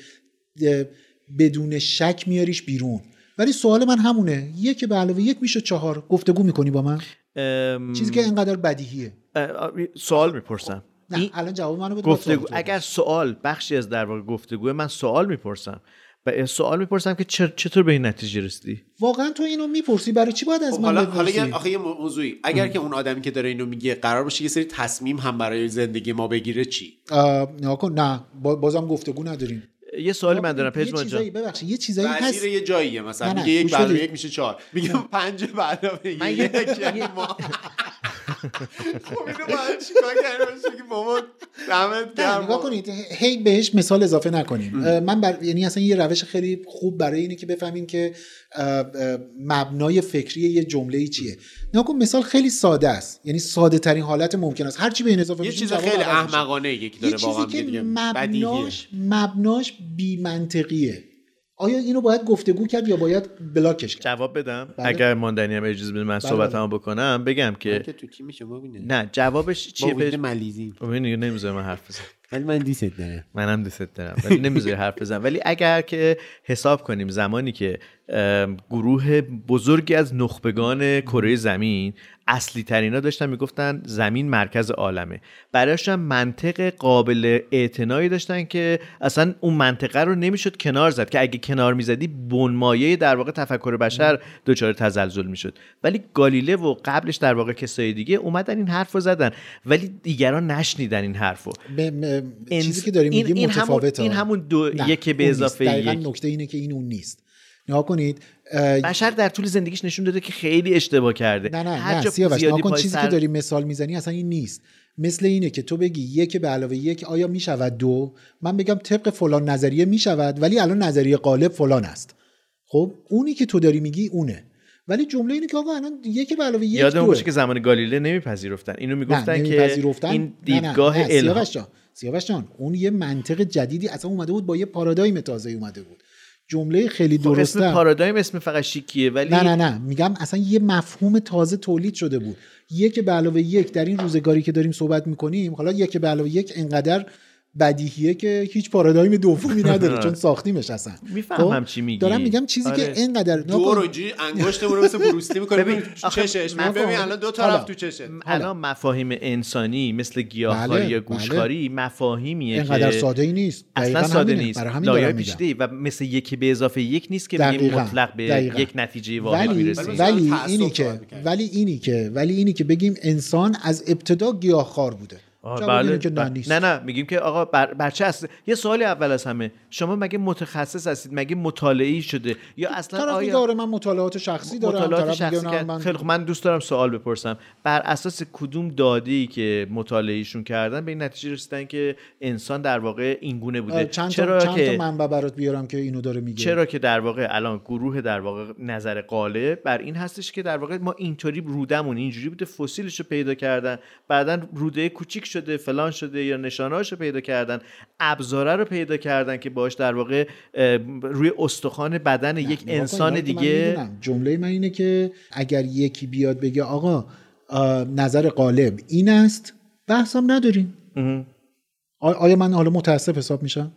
بدون شک میاریش بیرون، ولی سوال من همونه، 1 به علاوه 1 میشه 4. گفتگو میکنی با من؟ چیزی که اینقدر بدیهیه. سوال میپرسم. نه الان جواب منو بده. گفتگو اگر سوال بخشی از در واقع گفتگو، من سوال میپرسم و سوال میپرسم که چطور به این نتیجه رسیدی؟ واقعا تو اینو میپرسی برای چی باید از من بپرسی؟ حالا آخه یه موضوعی، اگر که اون آدمی که داره اینو میگه قرار باشه یه سری تصمیم هم برای زندگی ما بگیره چی؟ نه بازم گفتگو نداریم. یه سوالی من دارم پژمان جان، ببخشید یه چیزایی هست یه جاییه مثلا میگه 1 به علاوه 1 میشه 4، میگم 5 به علاوه 1 ما خب اینو باید چیکار کنیم؟ که بابا دمت گرم. نگاه کنید هی بهش مثال اضافه نکنیم. من یعنی اصلا یه روش خیلی خوب برای اینه که بفهمیم که مبنای فکری یه جمله‌ای چیه. نگاه کن مثال خیلی ساده است، یعنی ساده ترین حالت ممکن است، هر چی به این اضافه یه چیز خیلی احمقانه یکی داره واقعا میگه مبناش بی منطقیه. آیا اینو باید گفتگو کرد یا باید بلاکش کرد؟ جواب بدم اگر ماندنی هم اجازه بده من صحبتمو بکنم. بگم که تو تیم شما ببینید نه جوابش چیه؟ به ملیزی ببین نمیذاره من حرف بزنم. ولی من دوست دارم. منم دوست دارم ولی نمیذاره حرف بزنم. ولی اگر که حساب کنیم زمانی که گروه بزرگی از نخبگان کره زمین اصلی ترینا داشتن میگفتن زمین مرکز عالمه، برایشون منطق قابل اعتنایی داشتن که اصلا اون منطقه رو نمیشد کنار زد، که اگه کنار میزدی بنمایه در واقع تفکر بشر دچار تزلزل میشد. ولی گالیله و قبلش در واقع کسای دیگه اومدن این حرفو زدن ولی دیگران نشنیدن این حرفو. چیزی که داریم میگیم متفاوته. این همون یک به اضافه یک. دقیقاً نکته اینه که این اون نیست. نها کنید بشر در طول زندگیش نشون داده که خیلی اشتباه کرده. نه سیاوش نها کن، چیزی که داری مثال میزنی اصلا این نیست. مثل اینه که تو بگی 1 به علاوه 1 آیا میشود 2، من بگم طبق فلان نظریه میشود ولی الان نظریه غالب فلان است. خب اونی که تو داری میگی اونه، ولی جمله اینه که آقا الان 1 به علاوه 1 یادم باشه که زمان گالیله نمیپذیرفتن اینو، میگفتن که این دیدگاه الهام. سیاوش جان اون یه منطق جدیدی اصلا اومده بود، با یه پارادایم تازه اومده بود. جمله خیلی درسته. اسم پارادایم اسم فقط شیکیه ولی نه میگم اصلا یه مفهوم تازه تولید شده بود. 1 به علاوه 1 در این روزگاری که داریم صحبت میکنیم، حالا 1 به علاوه 1 انقدر بدیهیه که هیچ پارادایم دومی نداره چون ساختیمش اصلا. میفهمم چی میگی. دارم میگم چیزی که اینقدر دو رو اینجوری انگشتمون رو مثل بروسلی می‌کنه ببین چشش، ببین الان دو طرف تو چشه. الان مفاهیم انسانی مثل گیاهخواری یا گوشخواری مفاهیمیه که اینقدر ساده ای نیست. اصلا ساده نیست. لایه پیچیده و مثل 1 به اضافه 1 نیست که بگیم مطلق به یک نتیجه واحد میرسیم. ولی اینی که بگیم انسان از ابتدا گیاهخوار بوده. نه میگیم که آقا برچه است. یه سوالی اول از همه، شما مگه متخصص هستید؟ مگه مطالعه‌ای شده یا اصلا آیا داره؟ من مطالعات شخصی دارم. خیلی خب من دوست دارم سوال بپرسم، بر اساس کدوم داده‌ای که مطالعه‌ایشون کردن به این نتیجه رسیدن که انسان در واقع اینگونه بوده؟ چند تا منبع برات بیارم که اینو داره میگه. چرا که در واقع الان گروه در واقع نظر غالب بر این هستش که در واقع ما اینطوری رودمون اینجوری بوده، فسیلشو پیدا کردن، بعدن روده کوچیک شده فلان شده یا نشانه‌اشو پیدا کردن، ابزاره رو پیدا کردن که باش در واقع روی استخوان بدن یک انسان دیگه. جمله من اینه که اگر یکی بیاد بگه آقا نظر غالب این است، بحثم نداریم. آیا من حالا متاسف حساب میشم؟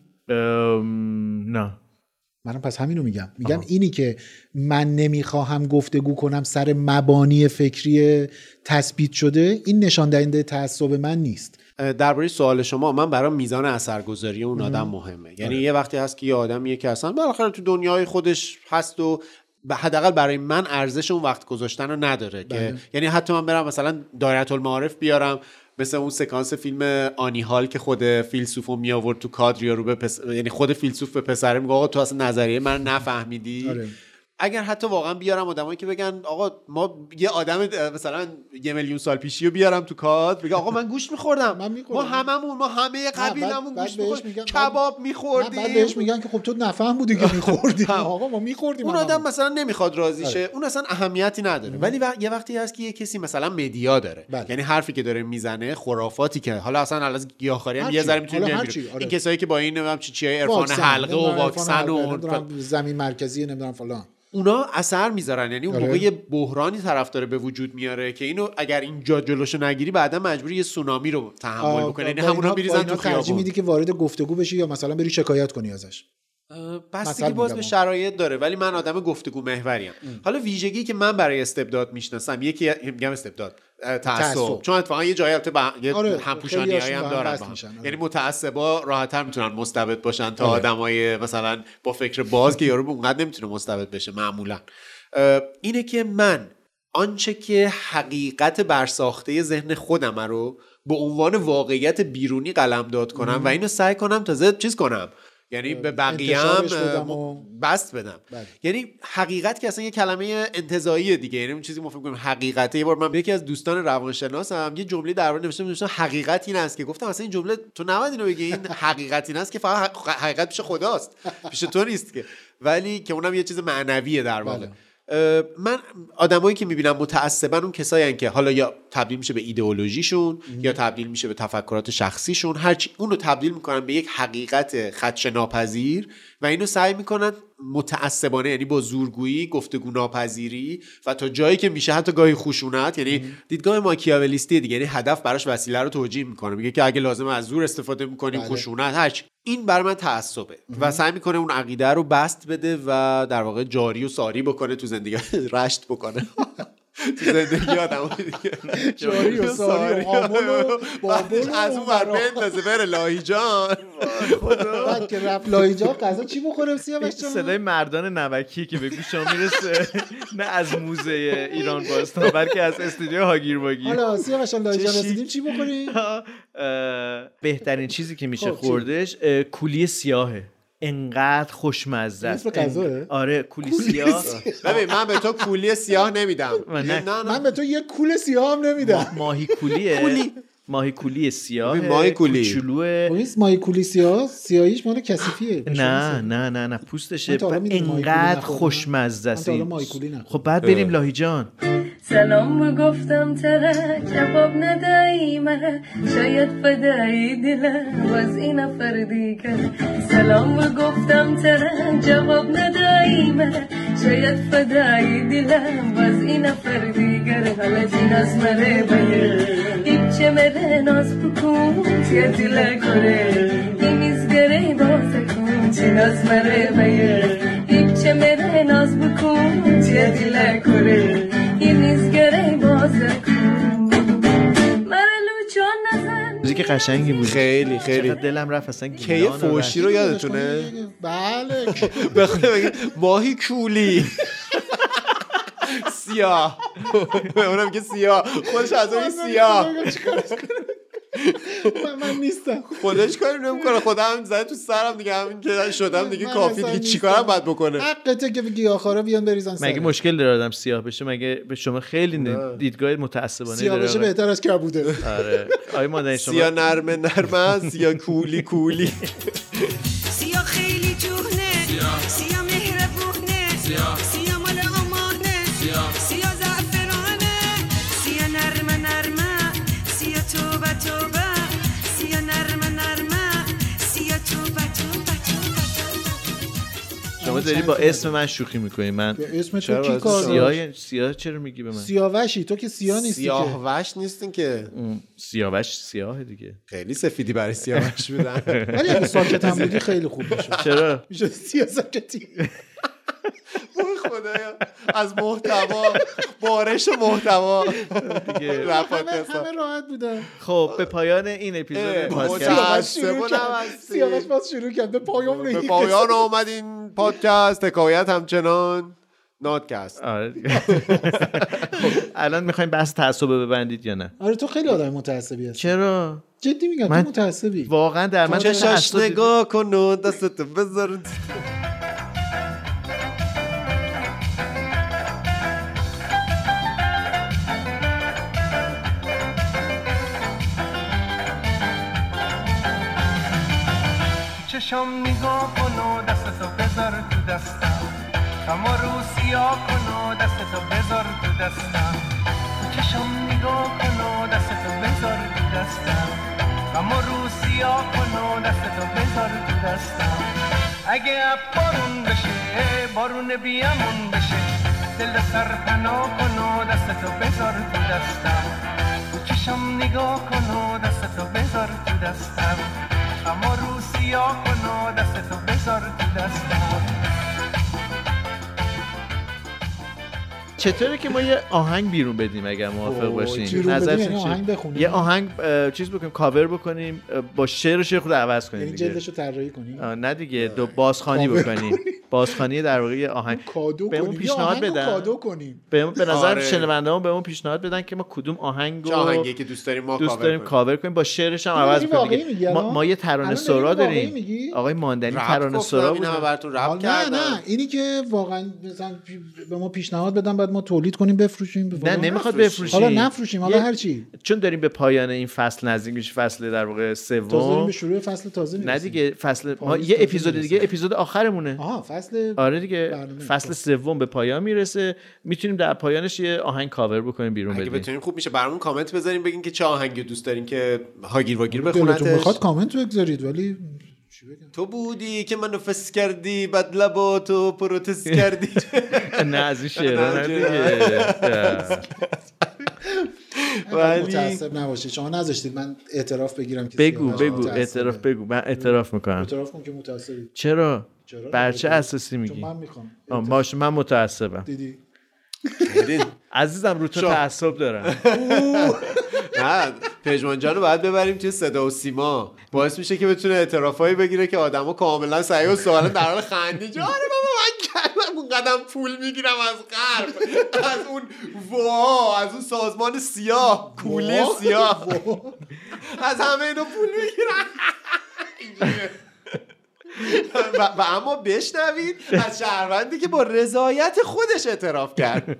نه. منم پس همینو میگم. اینی که من نمیخواهم گفتگو کنم سر مبانی فکری تثبیت شده، این نشان دهنده تعصب من نیست. درباره سوال شما، من برام میزان اثرگذاری اون آدم مهمه. یعنی یه وقتی هست که یه آدمیه که اصلا بالاخره تو دنیای خودش هست و حداقل برای من ارزش اون وقت گذاشتن رو نداره که یعنی حتی من برم مثلا دایره المعارف بیارم، مثل اون سکانس فیلم آنی هال که خود فیلسوفو می آورد تو کادر یا رو یعنی خود فیلسوف به پسره میگه آقا تو اصلا نظریه من نفهمیدی. اگر حتی واقعا بیارم آدمایی که بگن آقا ما یه آدم مثلا 1,000,000 سال پیشی رو بیارم تو کادر بگه آقا من گوشت می‌خوردم، ما همه قبیلمون گوشت می‌خوردیم، کباب می‌خوردیم. بعد بهش میگن که خب تو نفهم بودی که می‌خوردی. آقا ما می‌خوردیم. اون آدم مثلا نمیخواد راضی شه، اون اصلا اهمیتی نداره. ولی یه وقتی هست که یه کسی مثلا مدیا داره، یعنی حرفی که داره میزنه خرافاتی که حالا اصلا از گیاهخواری هم یه ذره میتونیم ببینیم. این کسایی که با این نمیدونم چیای عرفان حلقه و واکسن و زمین مرکزی نمیدونم فلان، اونا اثر میذارن. یعنی اون موقع یه بحرانی طرفدار به وجود میاره که اینو اگر اینجا جلوشو نگیری بعدا مجبوری یه سونامی رو تحمل بکنی. یعنی همونا میریزن تو خیابون. ترجیح میدی که وارد گفتگو بشی یا مثلا بری شکایت کنی ازش؟ بستگی باز به شرایط داره، ولی من آدم گفتگو محوریم. حالا ویژگی که من برای استبداد میشناسم، یکی میگم استبداد تعصب، چون اتفاقا یه جایی همپوشانی‌هایی هم دارن. یعنی متعصبا راحت‌تر میتونن مستبد باشن تا آدمای مثلا با فکر باز که یارو اونقدر نمیتونه مستبد بشه معمولا. اینه که من آنچه که حقیقت برساخته ذهن خودم رو به عنوان واقعیت بیرونی قلمداد کنم و اینو سعی کنم تازه چیز کنم، یعنی به بقیه هم بست بدم. یعنی حقیقت که اصلا یه کلمه انتزاعیه دیگه، یعنی اون چیزی ما فکر کنیم حقیقته. یه بار من یکی از دوستان روانشناسم یه جمله درباره نوشتم حقیقت این است، که گفتم اصلا این جمله تو نباید اینو بگی، این حقیقت این است که فقط حقیقت پیش خداست، پیش تو نیست که، ولی که اونم یه چیز معنویه در واقع. من آدمایی که میبینم متعصبن اون کسایی هستن که حالا یا تبدیل میشه به ایدئولوژیشون یا تبدیل میشه به تفکرات شخصیشون، هرچی اونو تبدیل میکنن به یک حقیقت خدشه‌ناپذیر و اینو سعی میکنن متعصبانه، یعنی با زورگویی، گفتگو ناپذیری و تا جایی که میشه حتی گاهی خشونت، یعنی دیدگاه ماکیاولیستی دیگه، یعنی هدف براش وسیله رو توجیه میکنه، میگه که اگه لازمه از زور استفاده میکنیم، خشونت، هرچی. این بر من تعصبه و سعی میکنه اون عقیده رو بست بده و در واقع جاری و ساری بکنه تو زندگی، رشت بکنه تو زندگی آدم دیگه، جاری و ساری و آمل و بابل از اون ور بندازه بره لاهیجان. بعد که رفت لاهیجان غذا چی بخوره؟ سیاوش جان صدای مردان نمکی که به گوش ما میرسه، نه از موزه ایران باستان بلکه از استودیو هاگیر واگیر. حالا سیاوش لاهیجان رسیدیم چی بخوریم؟ بهترین چیزی که میشه خوردش کولی سیاهه، انقدر خوشمزه است. آره کولی سیاه. ببین من به تو کولی سیاه نمیدم. من به تو یه کول سیاه هم نمیدم. ماهی کولیه. ماهی کولی سیاه. ماهی کولی. کوچولوه. ماهی کولی سیاه، سیاهیش مال کثیفیه. نه پوستشه. انقدر خوشمزه است. خب بعد بریم لاهیجان. سلام گفتم تره جواب ندهی من، شاید فدایی دلم باز این نفر دیگر. سلام گفتم تره جواب ندهی من، شاید فدایی دلم باز این نفر دیگر. حالا جین از مره باید ایچه مره ناز بکن تیه دل کره، ایمیزگره بازه کن جین از مره باید ایچه مره ناز بکن تیه دل کره، ایمیزگره بازه کن مره لوچان نزن. موزیک قشنگی بود. خیلی چقدر دلم رفت اصلا. کیه فوشی رو یادتونه؟ بله. بخواه ماهی کولی سیاه، اونم که سیاه خودش از اون سیاه. من نیستم، خودش کاری نمیکنه، خودم زده تو سرم دیگه، همین که شدم دیگه کافی، دیگه چیکارم باید بکنه؟ حقته که گیاهخوارا بیان بریزن سر. مگه مشکل داره آدم سیاه بشه؟ مگه به شما خیلی دیدگاه متعصبانه سیاه بشه بهتر از کبوده. آره آی مادر شما سیاه نرمه، سیاه کولی سیاه خیلی جوهنه، سیاه مهربونه، سیاه مال امانه، سیاه زعفرانه، سیاه نرمه، سیاه توبه، سیاه نرمه، سیاه توبه. شما داری با اسم من شوخی میکنی. من به اسم تو کی کار؟ سیاه چرا میگی به من؟ سیاوشی تو که سیاه نیستی. سیاهوش نیستین که. سیاوش سیاه دیگه. خیلی سفیدی برای سیاوش بودن. ولی اگه ساکت هم بودی خیلی خوب میشه. چرا؟ میشه سیاه ساکتی. خدایا از محتوا، بارش محتوا دیگه همه راحت بودن. خب به پایان این اپیزود پادکست سیاوش باز شروع کرد. به پایان اومد این پادکست. حکایت همچنان نادکست. آره دیگه. خب الان میخوایم بحث تعصب ببندید یا نه؟ آره تو خیلی آدم متعصبی هستی. چرا؟ جدی میگم تو متعصبی. واقعا در من چشاش نگاه کن و دستتو بذار. چشم نگاه کن و دستتو بذار تو دستم، اما رو سیاه کن و دستتو بذار تو دستم. چشم نگاه کن و دستتو بذار تو دستم، اما رو سیاه کن و دستتو بذار تو دستم. اگه بارون بشه، بارون بیامون بشه، دل سر پناه کن و دستتو بذار تو دستم. چشم نگاه کن و دستتو بذار تو دستم، اما رو سیاه کن و دستتو بذار تو دستم. چطوره که ما یه آهنگ بیرون بدیم اگر موافق باشین؟ نظرتون چیه؟ یه آهنگ چیز بکنیم، کاور بکنیم، با شعر خود عوض کنیم. یعنی جلدشو طراحی کنیم؟ نه دیگه، بازخوانی بکنیم. بازخوانی در واقع یه آهنگ بهمون پیشنهاد بدن. کادو کنیم. به نظر شنونده‌ها بهمون پیشنهاد بدن که ما کدوم آهنگی که دوست داریم کاور کنیم، با شعرش هم عوض کنیم. ما یه ترانه سرا داریم. آقای ماندنی ترانه سرا بود. نه اینی که واقعا مثلا به ما پیشنهاد بدن بعد ما تولید کنیم بفروشیم. نه نمیخواد بفروشیم. حالا نفروشیم، حالا هر چی. چون داریم به پایان این فصل نزدیک میشه، فصل در واقع سوم. تازه به شروع فصل تازه میرسیم. نه دیگه فصل ما یه اپیزود دیگه، اپیزود آخرمونه. فصل آره دیگه، فصل سوم به پایان میرسه. میتونیم در پایانش یه آهنگ کاور بکنیم بیرون بدیم. اگه بتونیم خوب میشه. برامون کامنت بذارین بگین که چه آهنگی دوست دارین که هاگیر واگیر بخونتش. دلتون میخواد کامنت بگذارید، ولی تو بودی که منو فس کردی بعد لباتو پروتست کردی. نه از این شعرها نه دیگه. ولی متاسف نباشید شما نذاشتید من اعتراف بگیرم که بگو اعتراف بگو. من اعتراف میکنم. اعتراف کن که متاسفی. چرا؟ بر چه اساسی میگی؟ من میخوام. باشه من متاسفم. دیدی عزیزم رو تو تعصب دارم. نه پژمان جانو باید ببریم توی صدا و سیما، باعث میشه که بتونه اعترافایی بگیره که آدما کاملا صحیح و سوال در حال خنده جاره بابا من اون قدم پول میگیرم از غرب، از اون از اون سازمان سیاه کولی سیاه، از همه اینو پول میگیرم. و اما بشنوید از شهروندی که با رضایت خودش اعتراف کرد.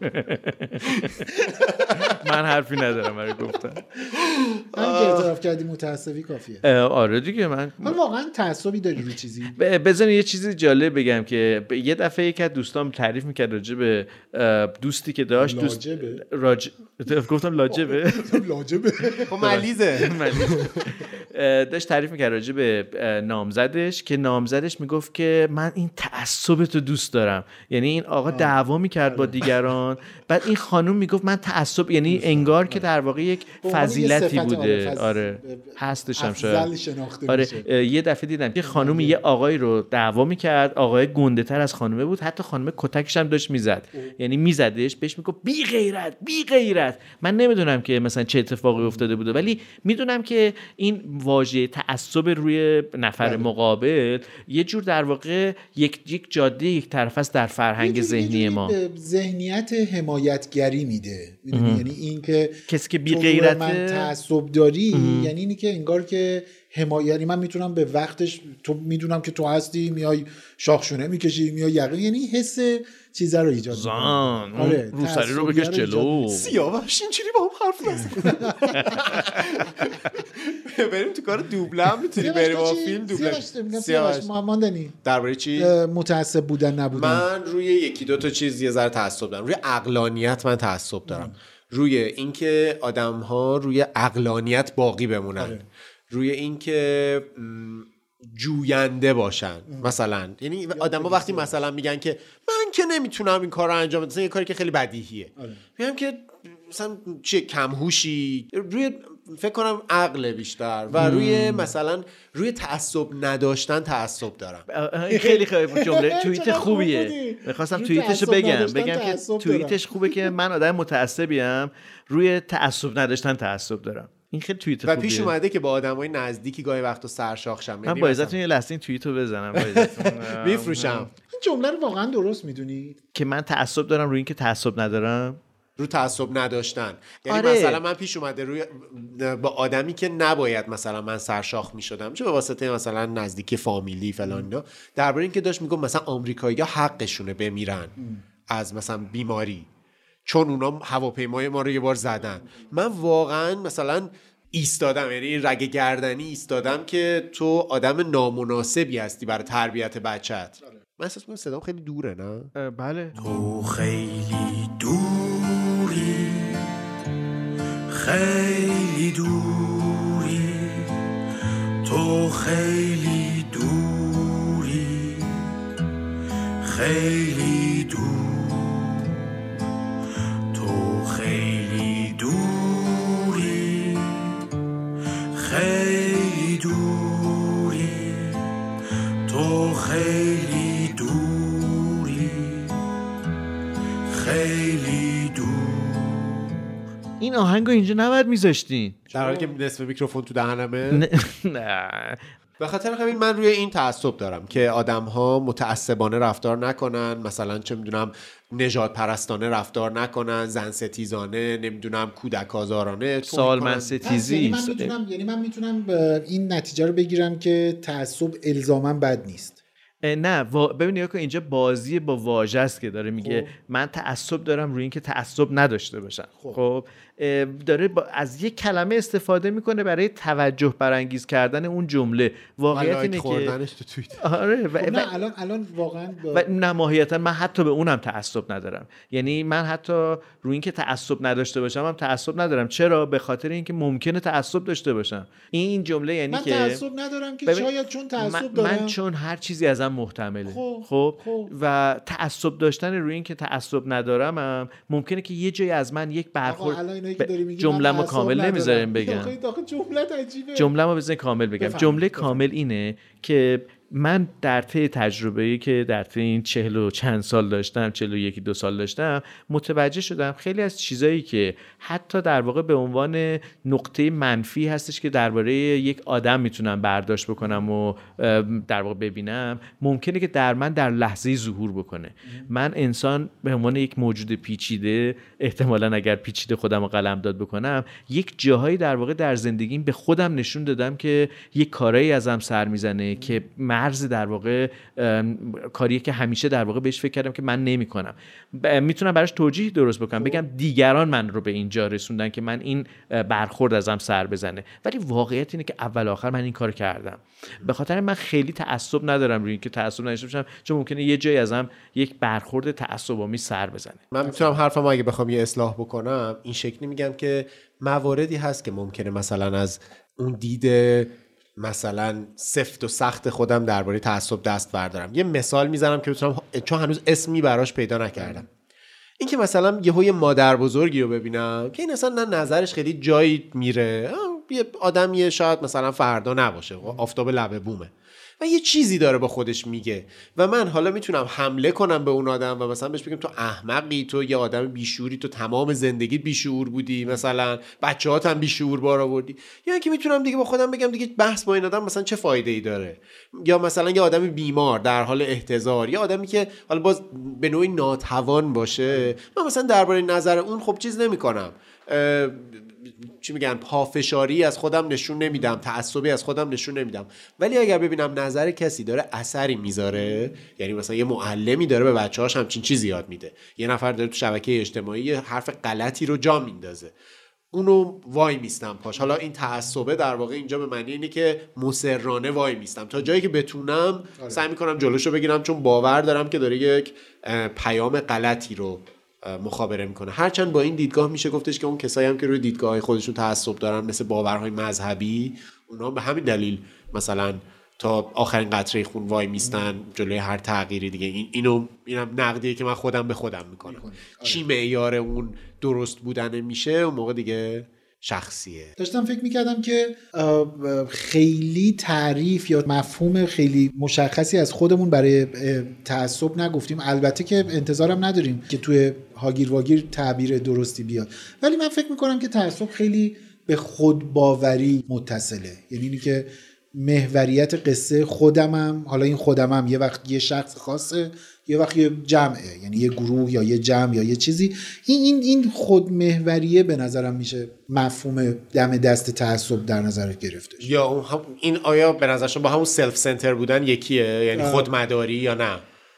من حرفی ندارم برای گفتن. من که اعتراف کردی متعصبی کافیه. آره دیگه. من واقعا تعصبی داری روی چیزی؟ بذار یه چیزی جالب بگم که یه دفعه یک از دوستام تعریف میکرد راجع به دوستی که داشت. گفتم لاجبه. ملیزه. داشت تعریف میکرد راجع به نامزدش که نامزدش میگفت که من این تعصب تو دوست دارم. یعنی این آقا دعوا میکرد با دیگران، بعد این خانوم میگفت من تعصب، یعنی انگار که در واقع یک فضیلتی بوده. آره هستش هم شاید. آره یه دفعه دیدم که خانوم یه آقایی رو دعوا میکرد، آقای گنده تر از خانومه بود، حتی خانومه کتکش هم داشت میزد، یعنی میزدش بهش میگفت بی غیرت بی غیرت. من نمیدونم که مثلا چه اتفاقی افتاده بوده، ولی میدونم که این واژه تعصب روی نفر مقابل یه جور در واقع یک جاده یک طرف است در فرهنگ ذهنی ما. ذهنیت حمایتگری میده. یعنی این که کسی که بی غیرت من تعصب داری یعنی اینی که انگار که حمایتی من میتونم به وقتش تو میدونم که تو هستی میای شاخشونه میکشی میای یقین، یعنی حس چیزا رو ایجاد میکنه. آره روسری رو بکش جلو. سیاوش اینجوری با هم حرف نزن. بریم تو کار دوبله هم میتونی بریم با فیلم دوبله. سیاوش ماندنی درباره چی؟ متعصب بودن نبودن. من روی یکی دو تا چیز یه ذره تعصب دارم. روی عقلانیت من تعصب دارم. روی اینکه آدم‌ها روی عقلانیت باقی بمونن. روی اینکه جوینده باشن. مثلا یعنی آدم‌ها وقتی مثلا میگن که من که نمیتونم این کار رو انجام بدم، مثلا یه کاری که خیلی بدیهیه، میگم که مثلا چه کمهوشی، روی فکر کنم عقل بیشتر و روی مثلا روی تعصب نداشتن تعصب دارم. خیلی خوبه جمله، توییت خوبیه. می‌خواستم توییتشو بگم که توییتش خوبه که من آدم متعصبیم، روی تعصب نداشتن تعصب دارم. این خیلی توییت خوبیه. و پیش اومده که با آدمای نزدیکی گاهی وقتا سرشاخ شم. من با عزتون یه لحظه این توییتو بزنم، با عزتون میفروشم. این جمله رو واقعا درست میدونید که من تعصب دارم روی این که تعصب ندارم؟ رو تعصب نداشتن. یعنی آره. مثلا من پیش اومده روی با آدمی که نباید مثلا من سرشاخ میشدم، چه به واسطه مثلا نزدیکی فامیلی فلان اینا، درباره اینکه داشت میگم مثلا آمریکایی‌ها حقشونه بمیرن از مثلا بیماری چون اونا هواپیمای ما رو یه بار زدن. من واقعا مثلا ایستادم، یعنی رگ گردنی ایستادم که تو آدم نامناسبی هستی برای تربیت بچت. من احساس می‌کنم صدام خیلی دوره، نه؟ بله. تو خیلی دوری، خیلی دوری، تو خیلی دوری، خیلی دور، تو خیلی دوری، خیلی دوری، تو خیلی دوری، خیلی دور. این آهنگو اینجا نباید میذاشتین در حالی که نصف میکروفون تو دهنمه. نه به خاطر همین من روی این تعصب دارم که آدم‌ها متعصبانه رفتار نکنن، مثلا چه میدونم نژاد پرستانه رفتار نکنن، زن ستیزانه، نمیدونم کودک آزارانه، سالمند ستیزی. یعنی من میتونم این نتیجه رو بگیرم که تعصب الزاما بد نیست. نه ببینید که اینجا بازی با واژه است که داره میگه من تعصب دارم روی این که تعصب نداشته باشن. خب داره از یک کلمه استفاده میکنه برای توجه برانگیز کردن اون جمله. واقعیت اینه که آره الان واقعا و نماهیتا من حتی به اونم تعصب ندارم. یعنی من حتی روی این که تعصب نداشته باشم هم تعصب ندارم. چرا؟ به خاطر اینکه ممکنه تعصب داشته باشم. این جمله یعنی من که تعصب ندارم که شاید چون تعصب دارم، من چون هر چیزی ازم محتمله. خب و تعصب داشتن روی این که تعصب ندارم هم ممکنه که یه جایی از من یک برخورد جمله‌مو کامل نمیذارم بگم. جمله‌مو بزنین کامل بگم. جمله کامل اینه که من در طی تجربه‌ای که در طی این 40 و چند سال داشتم، 41-2 سال داشتم، متوجه شدم خیلی از چیزایی که حتی در واقع به عنوان نقطه منفی هستش که درباره یک آدم میتونم برداشت بکنم و در واقع ببینم، ممکنه که در من در لحظه ظهور بکنه. من انسان به عنوان یک موجود پیچیده، احتمالاً اگر پیچیده خودم رو قلمداد بکنم، یک جاهایی در واقع در زندگیم به خودم نشون دادم که یک کارایی ازم سر میزنه که مرز در واقع کاریه که همیشه در واقع بهش فکر کردم که من نمی کنم. میتونم براش توجیه درست بکنم، بگم دیگران من رو به اینجا رسوندن که من این برخورد ازم سر بزنه، ولی واقعیت اینه که اول آخر من این کار کردم. به خاطر من خیلی تعصب ندارم روی اینکه تعصب نداشته باشم، چون ممکنه یه جایی ازم یک برخورد تعصب‌آمیز سر بزنه. من میتونم حرفمو اگه بخوام یه اصلاح بکنم این شکلی میگم که مواردی هست که ممکنه مثلا از اون دید مثلا سفت و سخت خودم درباره تعصب دست بردارم. یه مثال میزنم که بتونم، چون هنوز اسمی براش پیدا نکردم. این که مثلا یه مادر بزرگی رو ببینم که این اصلا نه نظرش خیلی جایی میره، یه آدمیه شاید مثلا فردا نباشه، آفتاب لبه بومه و یه چیزی داره با خودش میگه و من حالا میتونم حمله کنم به اون آدم و مثلا بهش بگم تو احمقی، تو یه آدم بیشوری، تو تمام زندگیت بیشعور بودی، مثلا بچه‌هات هم بیشعور بار آوردی. یا اینکه میتونم دیگه با خودم بگم دیگه بحث با این آدم مثلا چه فایده‌ای داره. یا مثلا یه آدم بیمار در حال احتضار، یا آدمی که حالا باز به نوعی ناتوان باشه، من مثلا درباره نظر اون خب چیز نمی‌کنم، چی میگن، پافشاری از خودم نشون نمیدم، تعصبی از خودم نشون نمیدم. ولی اگر ببینم نظر کسی داره اثری میذاره، یعنی مثلا یه معلمی داره به بچه‌هاش همچین چیزی یاد میده، یه نفر داره تو شبکه اجتماعی حرف غلطی رو جا میندازه، اونو وای میستم پاش. حالا این تعصبه در واقع اینجا به معنی اینه که مصرانه وای میستم تا جایی که بتونم، سعی میکنم جلوشو بگیرم، چون باور دارم که داره یک پیام غلطی رو مخابره میکنه. هرچند با این دیدگاه میشه گفتش که اون کسایی هم که روی دیدگاه‌های خودشون تعصب دارن، مثل باورهای مذهبی، اونا به همین دلیل مثلا تا آخرین قطره خون وای میستن جلوی هر تغییری دیگه. اینم نقدیه که من خودم به خودم میکنم. چی معیار اون درست بودن میشه اون موقع دیگه شخصیه. داشتم فکر میکردم که خیلی تعریف یا مفهوم خیلی مشخصی از خودمون برای تعصب نگفتیم. البته که انتظارم نداریم که توی هاگیر واگیر تعبیر درستی بیاد، ولی من فکر میکنم که تعصب خیلی به خودباوری متصله. یعنی اینی که محوریت قصه خودمم، حالا این خودمم یه وقت یه شخص خاصه، یه وقت یه جمعه، یعنی یه گروه یا یه جمع یا یه چیزی. این خودمحوریه به نظرم میشه مفهوم دم دست تعصب در نظر گرفته. یا این آیا به نظر شما با همون سلف سنتر بودن یکیه، یعنی خودمداری یا نه؟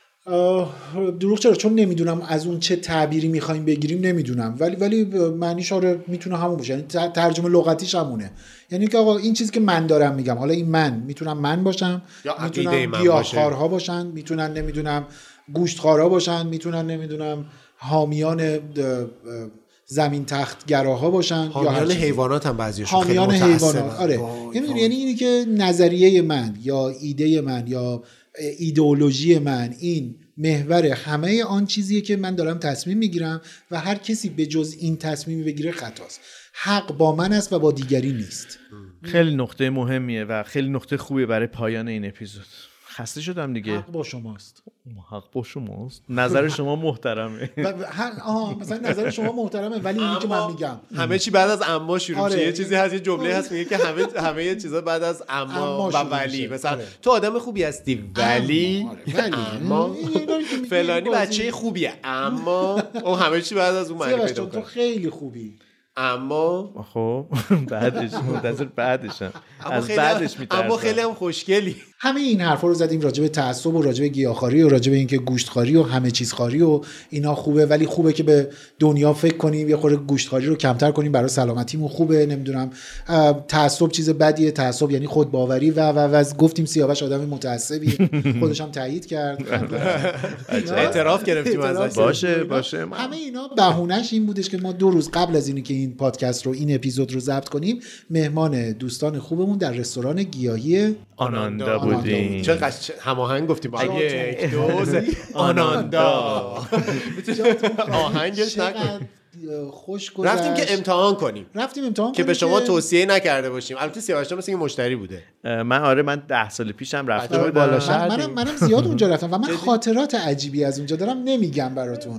دروغ چرا؟ چون نمیدونم از اون چه تعبیری میخوایم بگیریم، نمیدونم، ولی معنیش آره میتونه همون باشه. یعنی ترجمه لغتیش همونه، یعنی که آقا این چیزی که من دارم میگم، حالا این من میتونم من باشم، میتونم گیاهخوارها باشن، میتونن نمیدونم گوشتخوارها باشن، میتونن نمیدونم حامیان زمین تخت گراها باشن، حامیان حیوانات هم بعضیاشون خیلی متأثرن. آره یعنی اینی که نظریه من یا ایده من یا ایدئولوژی من این محور همه آن چیزیه که من دارم تصمیم میگیرم و هر کسی به جز این تصمیم بگیره خطاست. حق با من است و با دیگری نیست. خیلی نقطه مهمیه و خیلی نقطه خوبیه برای پایان این اپیزود. خسته شدم دیگه. حق با شماست. حق با شماست. نظر شما محترمه. مثلا نظر شما محترمه، ولی اینی که من میگم همه چی بعد از اما شروع میشه. یه چیزی هست، یه جمله هست میگه که همه چیزا بعد از اما و ولی. مثلا تو آدم خوبی هستی ولی اما فلانی بچه خوبیه، اما اون همه چی بعد از اون معنی پیدا کنه. تو خیلی خوبی اما خب بعدش منتظر بعدشم، از بعدش میترسم. اما خیلی هم خوشگلی. همه این حرفا رو زدیم راجع به تعصب و راجع به گیاهخواری و راجع به اینکه گوشتخواری و همه چیز خواری و اینا خوبه، ولی خوبه که به دنیا فکر کنیم، یه خورده گوشتخواری رو کمتر کنیم، برای سلامتیمون خوبه. نمیدونم تعصب چیز بدیه، تعصب یعنی خودباوری و گفتیم سیاوش آدم متعصبیه، خودش هم تایید کرد. اعتراف گرفتیم ازش. باشه. همه اینا بهونهش این بودش که ما 2 روز قبل از اینی که این پادکست رو، این اپیزود رو ضبط کنیم، مهمان دوستان خوبمون در رستوران گیاهی آناندا بودیم. چقدر هماهنگ گفتیم با 1 2 آناندا. آهنگش نکن. خوش گذشت. رفتیم که امتحان کنیم که به شما توصیه نکرده باشیم. البته سیاوش مثل که مشتری بوده. من 10 سال پیشم رفتم بالا شهر. منم زیاد اونجا رفتم و من خاطرات عجیبی از اونجا دارم، نمیگم براتون،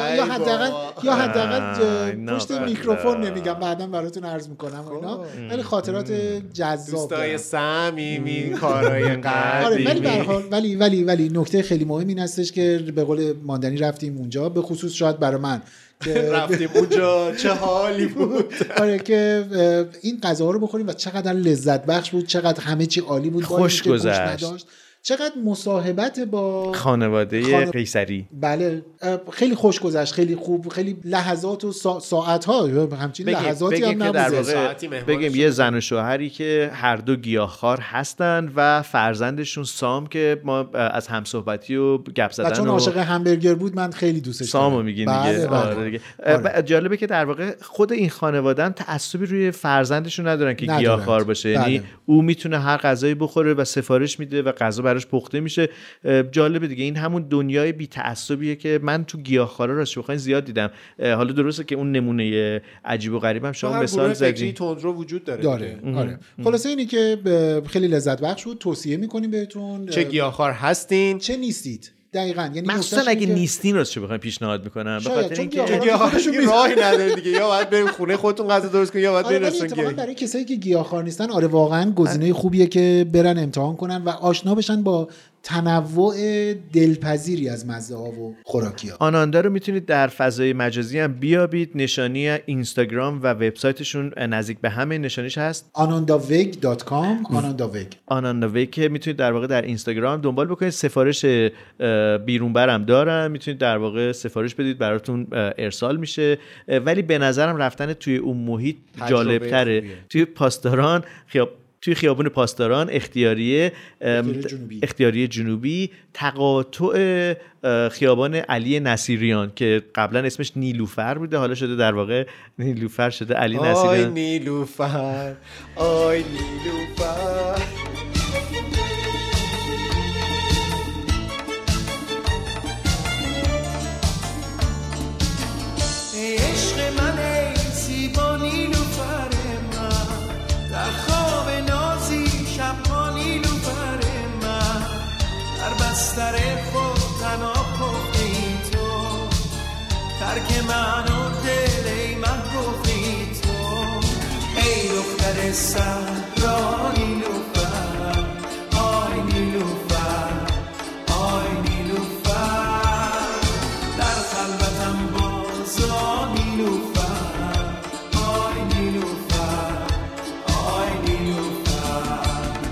یا حداقل پشت میکروفون نمیگم، بعداً براتون عرض میکنم اینا، ولی خاطرات جذاب دوستای صمیمی کارهای قدیمی. ولی به هر حال ولی نکته خیلی مهم این هستش که به قول ماندنی رفتیم اونجا، به خصوص شاید برای من رفتیم اونجا چه حالی بود. آره که این غذاها رو بخوریم و چقدر لذت بخش بود، چقدر همه چی عالی بود، خوش گذشت، چقدر مصاحبت با خانواده قیصری. بله خیلی خوش گذشت، خیلی خوب، خیلی لحظات و ساعت‌ها همچین لحظاتی هم نبود. بگیم یه زن و شوهری که هر دو گیاهخوار هستن و فرزندشون سام که ما از همصحبتی و گپ زدن و چون عاشق همبرگر بود من خیلی دوستش داشتم. سامو میگین دیگه. آره. جالبه که در واقع خود این خانواده هم تعصبی روی فرزندشون ندارن که گیاهخوار باشه. یعنی او میتونه هر غذایی بخوره و سفارش میده و غذا براش پخته میشه. جالبه دیگه، این همون دنیای بی تعصبیه که من تو گیاهخواری راستش بخواید زیاد دیدم. حالا درسته که اون نمونه عجیب و غریبم شما مثال زدین، تندرو وجود داره. آره. خلاصه اینی که خیلی لذت بخش بود، توصیه میکنیم بهتون. چه گیاهخوار هستین چه نیستید. دقیقاً، یعنی مثلا اگه نیستین راستش بخواید پیشنهاد میکنم، به خاطر اینکه راهی نداره دیگه، یا باید بریم خونه خودتون غذا درست کنید یا باید برید رستوران. برای کسایی که گیاهخوار نیستن آره واقعاً گزینه خوبیه که برن امتحان کنن و آشنا بشن با تنوع دلپذیری از مزه ها و خوراکی ها. آناندا رو میتونید در فضای مجازی هم بیابید. نشانی اینستاگرام و وبسایتشون نزدیک به همه نشانیش هست. anandaveg.com. آنانداوگ که میتونید در واقع در اینستاگرام دنبال بکنید. سفارش بیرون برم دارن، میتونید در واقع سفارش بدید براتون ارسال میشه. ولی به نظرم رفتن توی اون محیط جالب‌تره. توی خیابون پاسداران اختیاری جنوبی تقاطع خیابان علی نصیریان که قبلا اسمش نیلوفر بوده، حالا شده در واقع نیلوفر شده علی نصیریان. آی نیلوفر آی نیلوفر. عشق من ای زیبا نیلوفر من، در خواب نازی شبها نیلوفر من، در بستر خود تنها پختی تو، ترک من و دل ای من گفتی تو، ای دختر صحرا نیلوفر آی نیلوفر آی نیلوفر، در خلوتم بازا نیلوفر آی نیلوفر آی نیلوفر.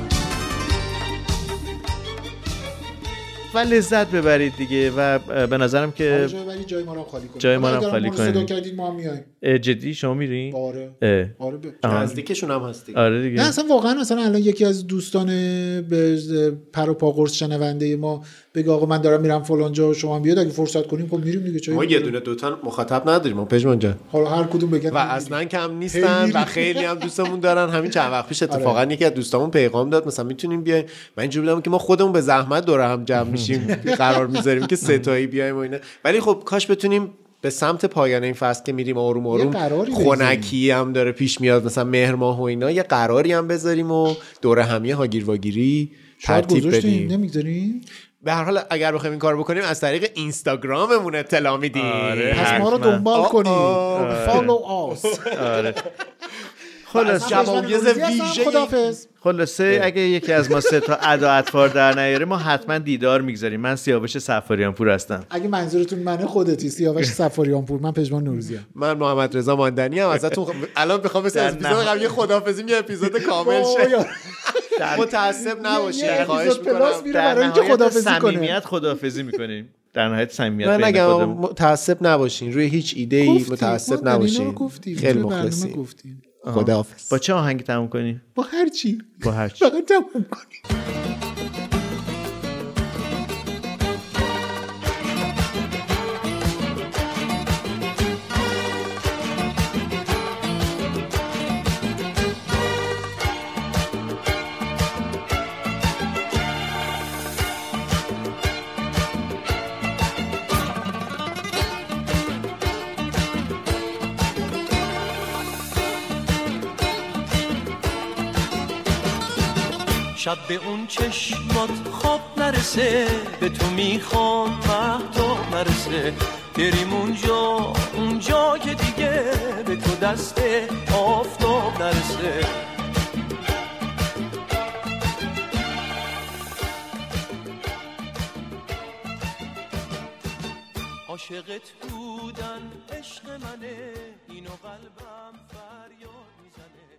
و لذت ببرید دیگه و به نظرم که جای ما رو خالی کنید. جای ما رو خالی کنید. صدا کردید ما هم میایم. جدی شما میرین؟ آره نزدیکشون هم هستی. آره دیگه. نه اصلا واقعا مثلا الان یکی از دوستان به پر و پا قرص شنونده ما بگه آقا من دارم میرم فلان جا، شما هم بیاد اگه فرصت کنیم خب میریم دیگه. چه ما یه دونه دوتا مخاطب نداریم ما پژمان جان. حالا هر کدوم بگن و اصلا کم نیستن و خیلی هم دوستمون دارن. همین چند وقت پیش اتفاقا یکی از دوستامون پیغام داد مثلا میتونیم بیایم. من اینجوری بودم که ما خودمون به زحمت دور هم جمع میشیم قرار میذاریم که سه تایی بیایم و اینا، ولی خب کاش بتونیم به سمت پایان این فصل که میریم آروم آروم خنکی هم داره پیش میاد، مثلا مهر ماه و اینا یه قراری هم بذاریم و دور همیه هاگیر واگیری ترتیب بدیم. نمیذارین؟ به هر حال اگر بخوایم این کار بکنیم از طریق اینستاگراممون اطلاع میدیم. پس ما رو دنبال کنید. فالو آس. خلاصه اگه یکی از ما سه تا ادا اطوار در نیاره ما حتما دیدار میگذاریم. من سیاوش صفاریان پور هستم. اگه منظورتون منه خودتی سیاوش صفاریان پور، من پژمان نوروزی ام. من محمد رضا ماندنی ام. ازتون الان میخوام مثل اپیزود قبلی خداحافظی یه اپیزود کامل شه. متعصب نباشید، خواهش می‌کنم. در نهایت صمیمیت خداحافظی می‌کنیم. در نهایت صمیمیت بین خودمون. متعصب نباشین، روی هیچ ایده‌ای متعصب نباشین. خیلی مخلصیم. خداحافظ. با چه آهنگی تموم کنیم؟ با هر چی. فقط تموم کنیم. شب به اون چشمات خواب نرسه، به تو میخوام مهتاب نرسه، بریم اونجا که دیگه به تو دست آفتاب نرسه. عاشقت بودن عشق منه، اینو قلبم فریاد میزنه.